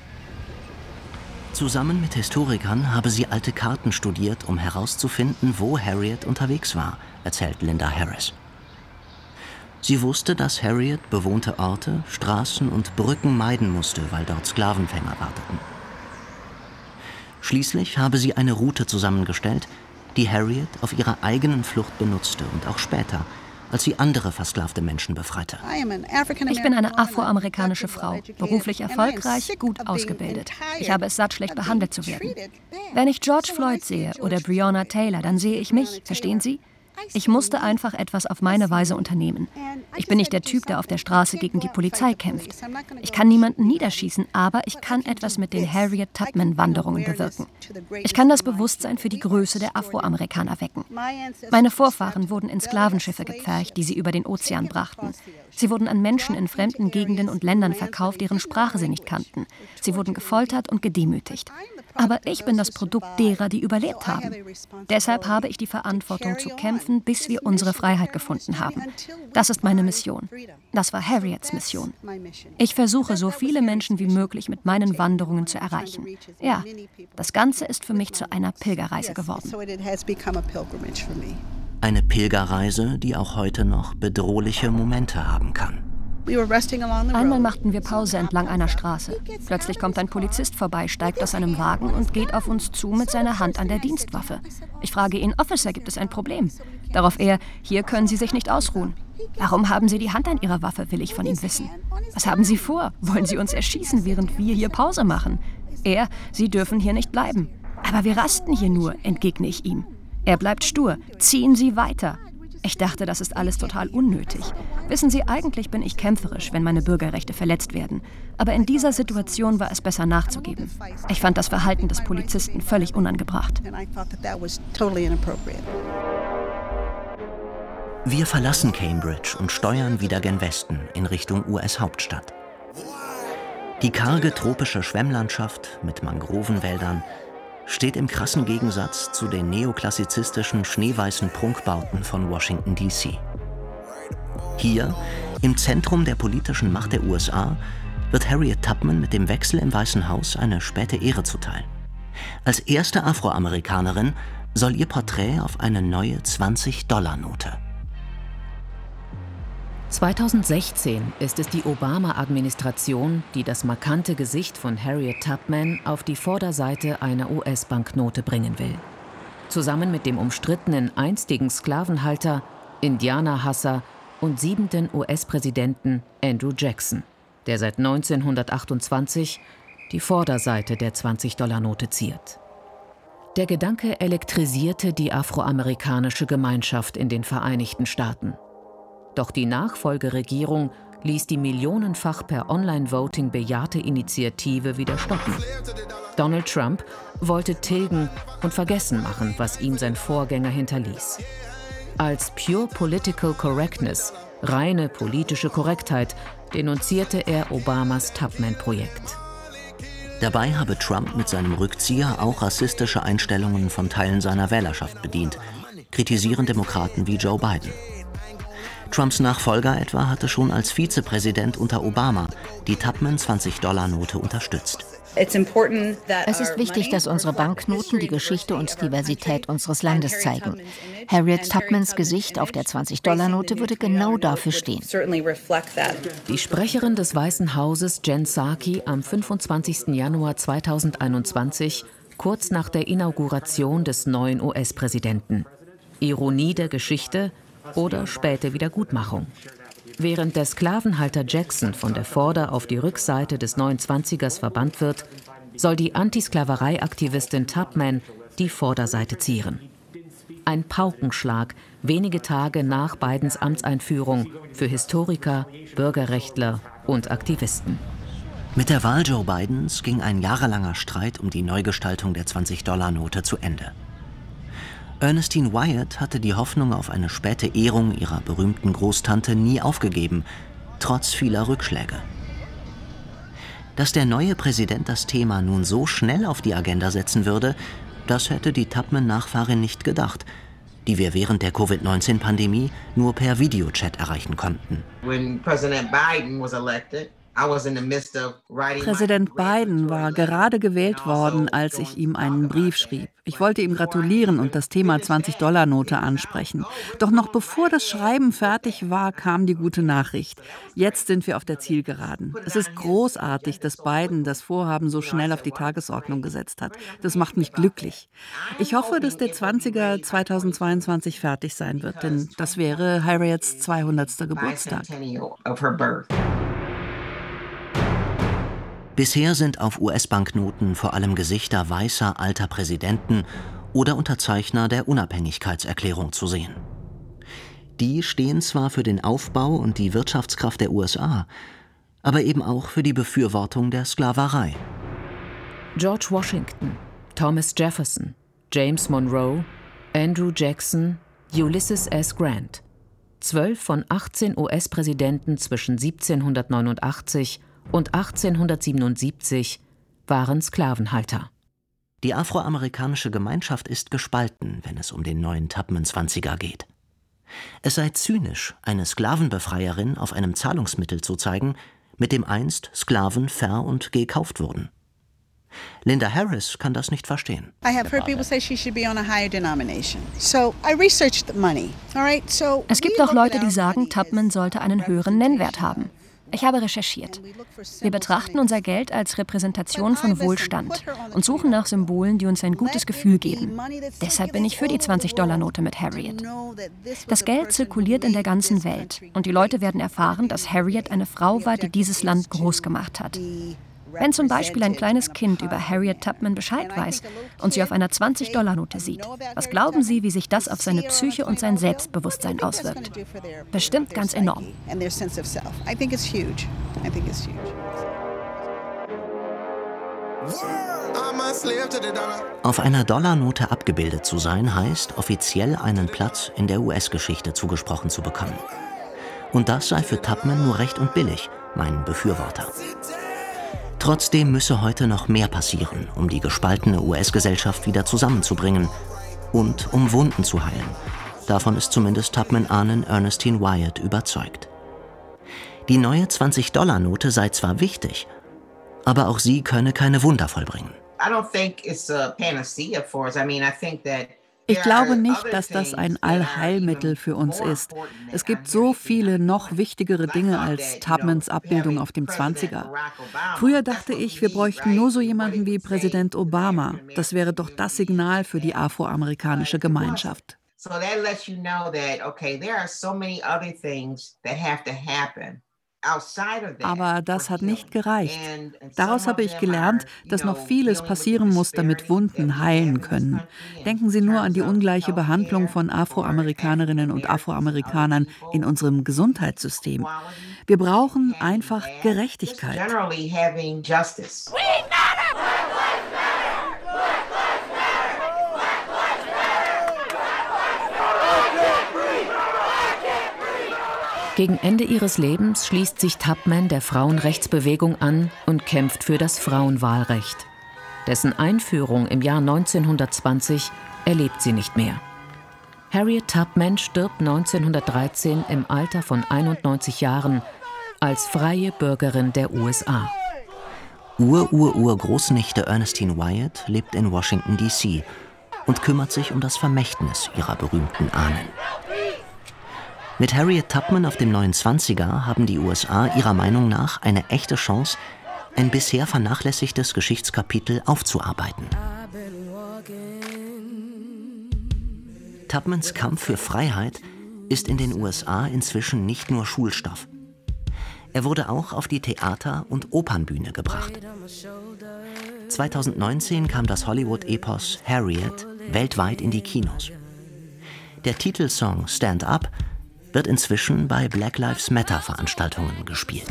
Zusammen mit Historikern habe sie alte Karten studiert, um herauszufinden, wo Harriet unterwegs war, erzählt Linda Harris. Sie wusste, dass Harriet bewohnte Orte, Straßen und Brücken meiden musste, weil dort Sklavenfänger warteten. Schließlich habe sie eine Route zusammengestellt, die Harriet auf ihrer eigenen Flucht benutzte und auch später, als sie andere versklavte Menschen befreite. Ich bin eine afroamerikanische Frau, beruflich erfolgreich, gut ausgebildet. Ich habe es satt, schlecht behandelt zu werden. Wenn ich George Floyd sehe oder Breonna Taylor, dann sehe ich mich, verstehen Sie? Ich musste einfach etwas auf meine Weise unternehmen. Ich bin nicht der Typ, der auf der Straße gegen die Polizei kämpft. Ich kann niemanden niederschießen, aber ich kann etwas mit den Harriet Tubman-Wanderungen bewirken. Ich kann das Bewusstsein für die Größe der Afroamerikaner wecken. Meine Vorfahren wurden in Sklavenschiffe gepfercht, die sie über den Ozean brachten. Sie wurden an Menschen in fremden Gegenden und Ländern verkauft, deren Sprache sie nicht kannten. Sie wurden gefoltert und gedemütigt. Aber ich bin das Produkt derer, die überlebt haben. Deshalb habe ich die Verantwortung zu kämpfen, bis wir unsere Freiheit gefunden haben. Das ist meine Mission. Das war Harriets Mission. Ich versuche, so viele Menschen wie möglich mit meinen Wanderungen zu erreichen. Ja, das Ganze ist für mich zu einer Pilgerreise geworden. Eine Pilgerreise, die auch heute noch bedrohliche Momente haben kann. Einmal machten wir Pause entlang einer Straße. Plötzlich kommt ein Polizist vorbei, steigt aus seinem Wagen und geht auf uns zu mit seiner Hand an der Dienstwaffe. Ich frage ihn, Officer, gibt es ein Problem? Darauf er, hier können Sie sich nicht ausruhen. Warum haben Sie die Hand an Ihrer Waffe, will ich von ihm wissen. Was haben Sie vor? Wollen Sie uns erschießen, während wir hier Pause machen? Er, Sie dürfen hier nicht bleiben. Aber wir rasten hier nur, entgegne ich ihm. Er bleibt stur. Ziehen Sie weiter. Ich dachte, das ist alles total unnötig. Wissen Sie, eigentlich bin ich kämpferisch, wenn meine Bürgerrechte verletzt werden. Aber in dieser Situation war es besser nachzugeben. Ich fand das Verhalten des Polizisten völlig unangebracht. Wir verlassen Cambridge und steuern wieder gen Westen in Richtung U S-Hauptstadt. Die karge tropische Schwemmlandschaft mit Mangrovenwäldern steht im krassen Gegensatz zu den neoklassizistischen schneeweißen Prunkbauten von Washington D C. Hier, im Zentrum der politischen Macht der U S A, wird Harriet Tubman mit dem Wechsel im Weißen Haus eine späte Ehre zuteil. Als erste Afroamerikanerin soll ihr Porträt auf eine neue zwanzig-Dollar-Note. zweitausendsechzehn ist es die Obama-Administration, die das markante Gesicht von Harriet Tubman auf die Vorderseite einer U S-Banknote bringen will. Zusammen mit dem umstrittenen einstigen Sklavenhalter, Indianerhasser und siebenten U S-Präsidenten Andrew Jackson, der seit neunzehnhundertachtundzwanzig die Vorderseite der zwanzig-Dollar-Note ziert. Der Gedanke elektrisierte die afroamerikanische Gemeinschaft in den Vereinigten Staaten. Doch die Nachfolgeregierung ließ die millionenfach per Online-Voting bejahte Initiative wieder stoppen. Donald Trump wollte tilgen und vergessen machen, was ihm sein Vorgänger hinterließ. Als Pure Political Correctness, reine politische Korrektheit, denunzierte er Obamas Tubman-Projekt. Dabei habe Trump mit seinem Rückzieher auch rassistische Einstellungen von Teilen seiner Wählerschaft bedient, kritisieren Demokraten wie Joe Biden. Trumps Nachfolger etwa hatte schon als Vizepräsident unter Obama die Tubman-zwanzig-Dollar-Note unterstützt. Es ist wichtig, dass unsere Banknoten die Geschichte und Diversität unseres Landes zeigen. Harriet Tubmans Gesicht auf der zwanzig-Dollar-Note würde genau dafür stehen. Die Sprecherin des Weißen Hauses, Jen Psaki, am fünfundzwanzigsten Januar zweitausendeinundzwanzig, kurz nach der Inauguration des neuen U S-Präsidenten. Ironie der Geschichte oder späte Wiedergutmachung. Während der Sklavenhalter Jackson von der Vorder- auf die Rückseite des neunundzwanzigers verbannt wird, soll die Antisklaverei-Aktivistin Tubman die Vorderseite zieren. Ein Paukenschlag wenige Tage nach Bidens Amtseinführung für Historiker, Bürgerrechtler und Aktivisten. Mit der Wahl Joe Bidens ging ein jahrelanger Streit um die Neugestaltung der zwanzig-Dollar-Note zu Ende. Ernestine Wyatt hatte die Hoffnung auf eine späte Ehrung ihrer berühmten Großtante nie aufgegeben, trotz vieler Rückschläge. Dass der neue Präsident das Thema nun so schnell auf die Agenda setzen würde, das hätte die Tubman-Nachfahrin nicht gedacht, die wir während der Covid neunzehn Pandemie nur per Videochat erreichen konnten. When President Biden was elected, Präsident Biden war gerade gewählt worden, als ich ihm einen Brief schrieb. Ich wollte ihm gratulieren und das Thema zwanzig-Dollar-Note ansprechen. Doch noch bevor das Schreiben fertig war, kam die gute Nachricht. Jetzt sind wir auf der Zielgeraden. Es ist großartig, dass Biden das Vorhaben so schnell auf die Tagesordnung gesetzt hat. Das macht mich glücklich. Ich hoffe, dass der zwanziger zweitausendzweiundzwanzig fertig sein wird, denn das wäre Harriets zweihundertster Geburtstag. Bisher sind auf U S-Banknoten vor allem Gesichter weißer alter Präsidenten oder Unterzeichner der Unabhängigkeitserklärung zu sehen. Die stehen zwar für den Aufbau und die Wirtschaftskraft der U S A, aber eben auch für die Befürwortung der Sklaverei. George Washington, Thomas Jefferson, James Monroe, Andrew Jackson, Ulysses S. Grant. Zwölf von achtzehn U S-Präsidenten zwischen siebzehnhundertneunundachtzig und achtzehnhundertsiebenundsiebzig waren Sklavenhalter. Die afroamerikanische Gemeinschaft ist gespalten, wenn es um den neuen Tubman-Zwanziger geht. Es sei zynisch, eine Sklavenbefreierin auf einem Zahlungsmittel zu zeigen, mit dem einst Sklaven ver- und gekauft wurden. Linda Harris kann das nicht verstehen. Es gibt auch Leute, die sagen, Tubman sollte einen höheren Nennwert haben. Ich habe recherchiert. Wir betrachten unser Geld als Repräsentation von Wohlstand und suchen nach Symbolen, die uns ein gutes Gefühl geben. Deshalb bin ich für die zwanzig-Dollar-Note mit Harriet. Das Geld zirkuliert in der ganzen Welt und die Leute werden erfahren, dass Harriet eine Frau war, die dieses Land groß gemacht hat. Wenn zum Beispiel ein kleines Kind über Harriet Tubman Bescheid weiß und sie auf einer zwanzig-Dollar-Note sieht, was glauben Sie, wie sich das auf seine Psyche und sein Selbstbewusstsein auswirkt? Bestimmt ganz enorm. Auf einer Dollarnote abgebildet zu sein, heißt, offiziell einen Platz in der U S-Geschichte zugesprochen zu bekommen. Und das sei für Tubman nur recht und billig, meinen Befürworter. Trotzdem müsse heute noch mehr passieren, um die gespaltene U S-Gesellschaft wieder zusammenzubringen und um Wunden zu heilen. Davon ist zumindest Tubman-Ahnen Ernestine Wyatt überzeugt. Die neue zwanzig-Dollar-Note sei zwar wichtig, aber auch sie könne keine Wunder vollbringen. Ich glaube nicht, dass das ein Allheilmittel für uns ist. Es gibt so viele noch wichtigere Dinge als Tubmans Abbildung auf dem Zwanziger. Früher dachte ich, wir bräuchten nur so jemanden wie Präsident Obama. Das wäre doch das Signal für die afroamerikanische Gemeinschaft. Aber das hat nicht gereicht. Daraus habe ich gelernt, dass noch vieles passieren muss, damit Wunden heilen können. Denken Sie nur an die ungleiche Behandlung von Afroamerikanerinnen und Afroamerikanern in unserem Gesundheitssystem. Wir brauchen einfach Gerechtigkeit. Gegen Ende ihres Lebens schließt sich Tubman der Frauenrechtsbewegung an und kämpft für das Frauenwahlrecht. Dessen Einführung im Jahr neunzehnhundertzwanzig erlebt sie nicht mehr. Harriet Tubman stirbt neunzehnhundertdreizehn im Alter von einundneunzig Jahren als freie Bürgerin der U S A. Ur-Ur-Ur-Großnichte Ernestine Wyatt lebt in Washington D C und kümmert sich um das Vermächtnis ihrer berühmten Ahnen. Mit Harriet Tubman auf dem neuen Zwanziger haben die U S A ihrer Meinung nach eine echte Chance, ein bisher vernachlässigtes Geschichtskapitel aufzuarbeiten. Tubmans Kampf für Freiheit ist in den U S A inzwischen nicht nur Schulstoff. Er wurde auch auf die Theater- und Opernbühne gebracht. zweitausendneunzehn kam das Hollywood-Epos Harriet weltweit in die Kinos. Der Titelsong Stand Up wird inzwischen bei Black Lives Matter-Veranstaltungen gespielt.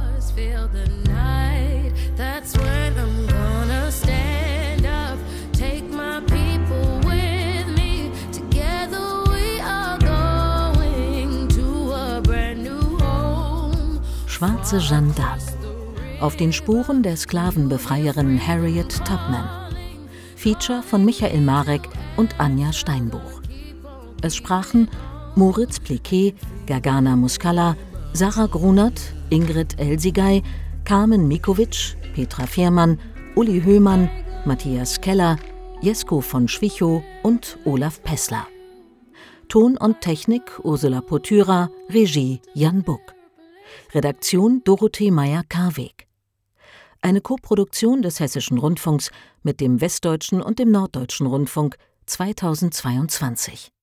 Schwarze Jeanne d'Arc. Auf den Spuren der Sklavenbefreierin Harriet Tubman. Feature von Michael Marek und Anja Steinbuch. Es sprachen Moritz Pliquet, Gergana Muscala, Sarah Grunert, Ingrid Elsigay, Carmen Mikovic, Petra Fehrmann, Uli Höhmann, Matthias Keller, Jesko von Schwichow und Olaf Pessler. Ton und Technik Ursula Potyra, Regie Jan Buck. Redaktion Dorothee Meyer-Karweg. Eine Koproduktion des Hessischen Rundfunks mit dem Westdeutschen und dem Norddeutschen Rundfunk zweitausendzweiundzwanzig.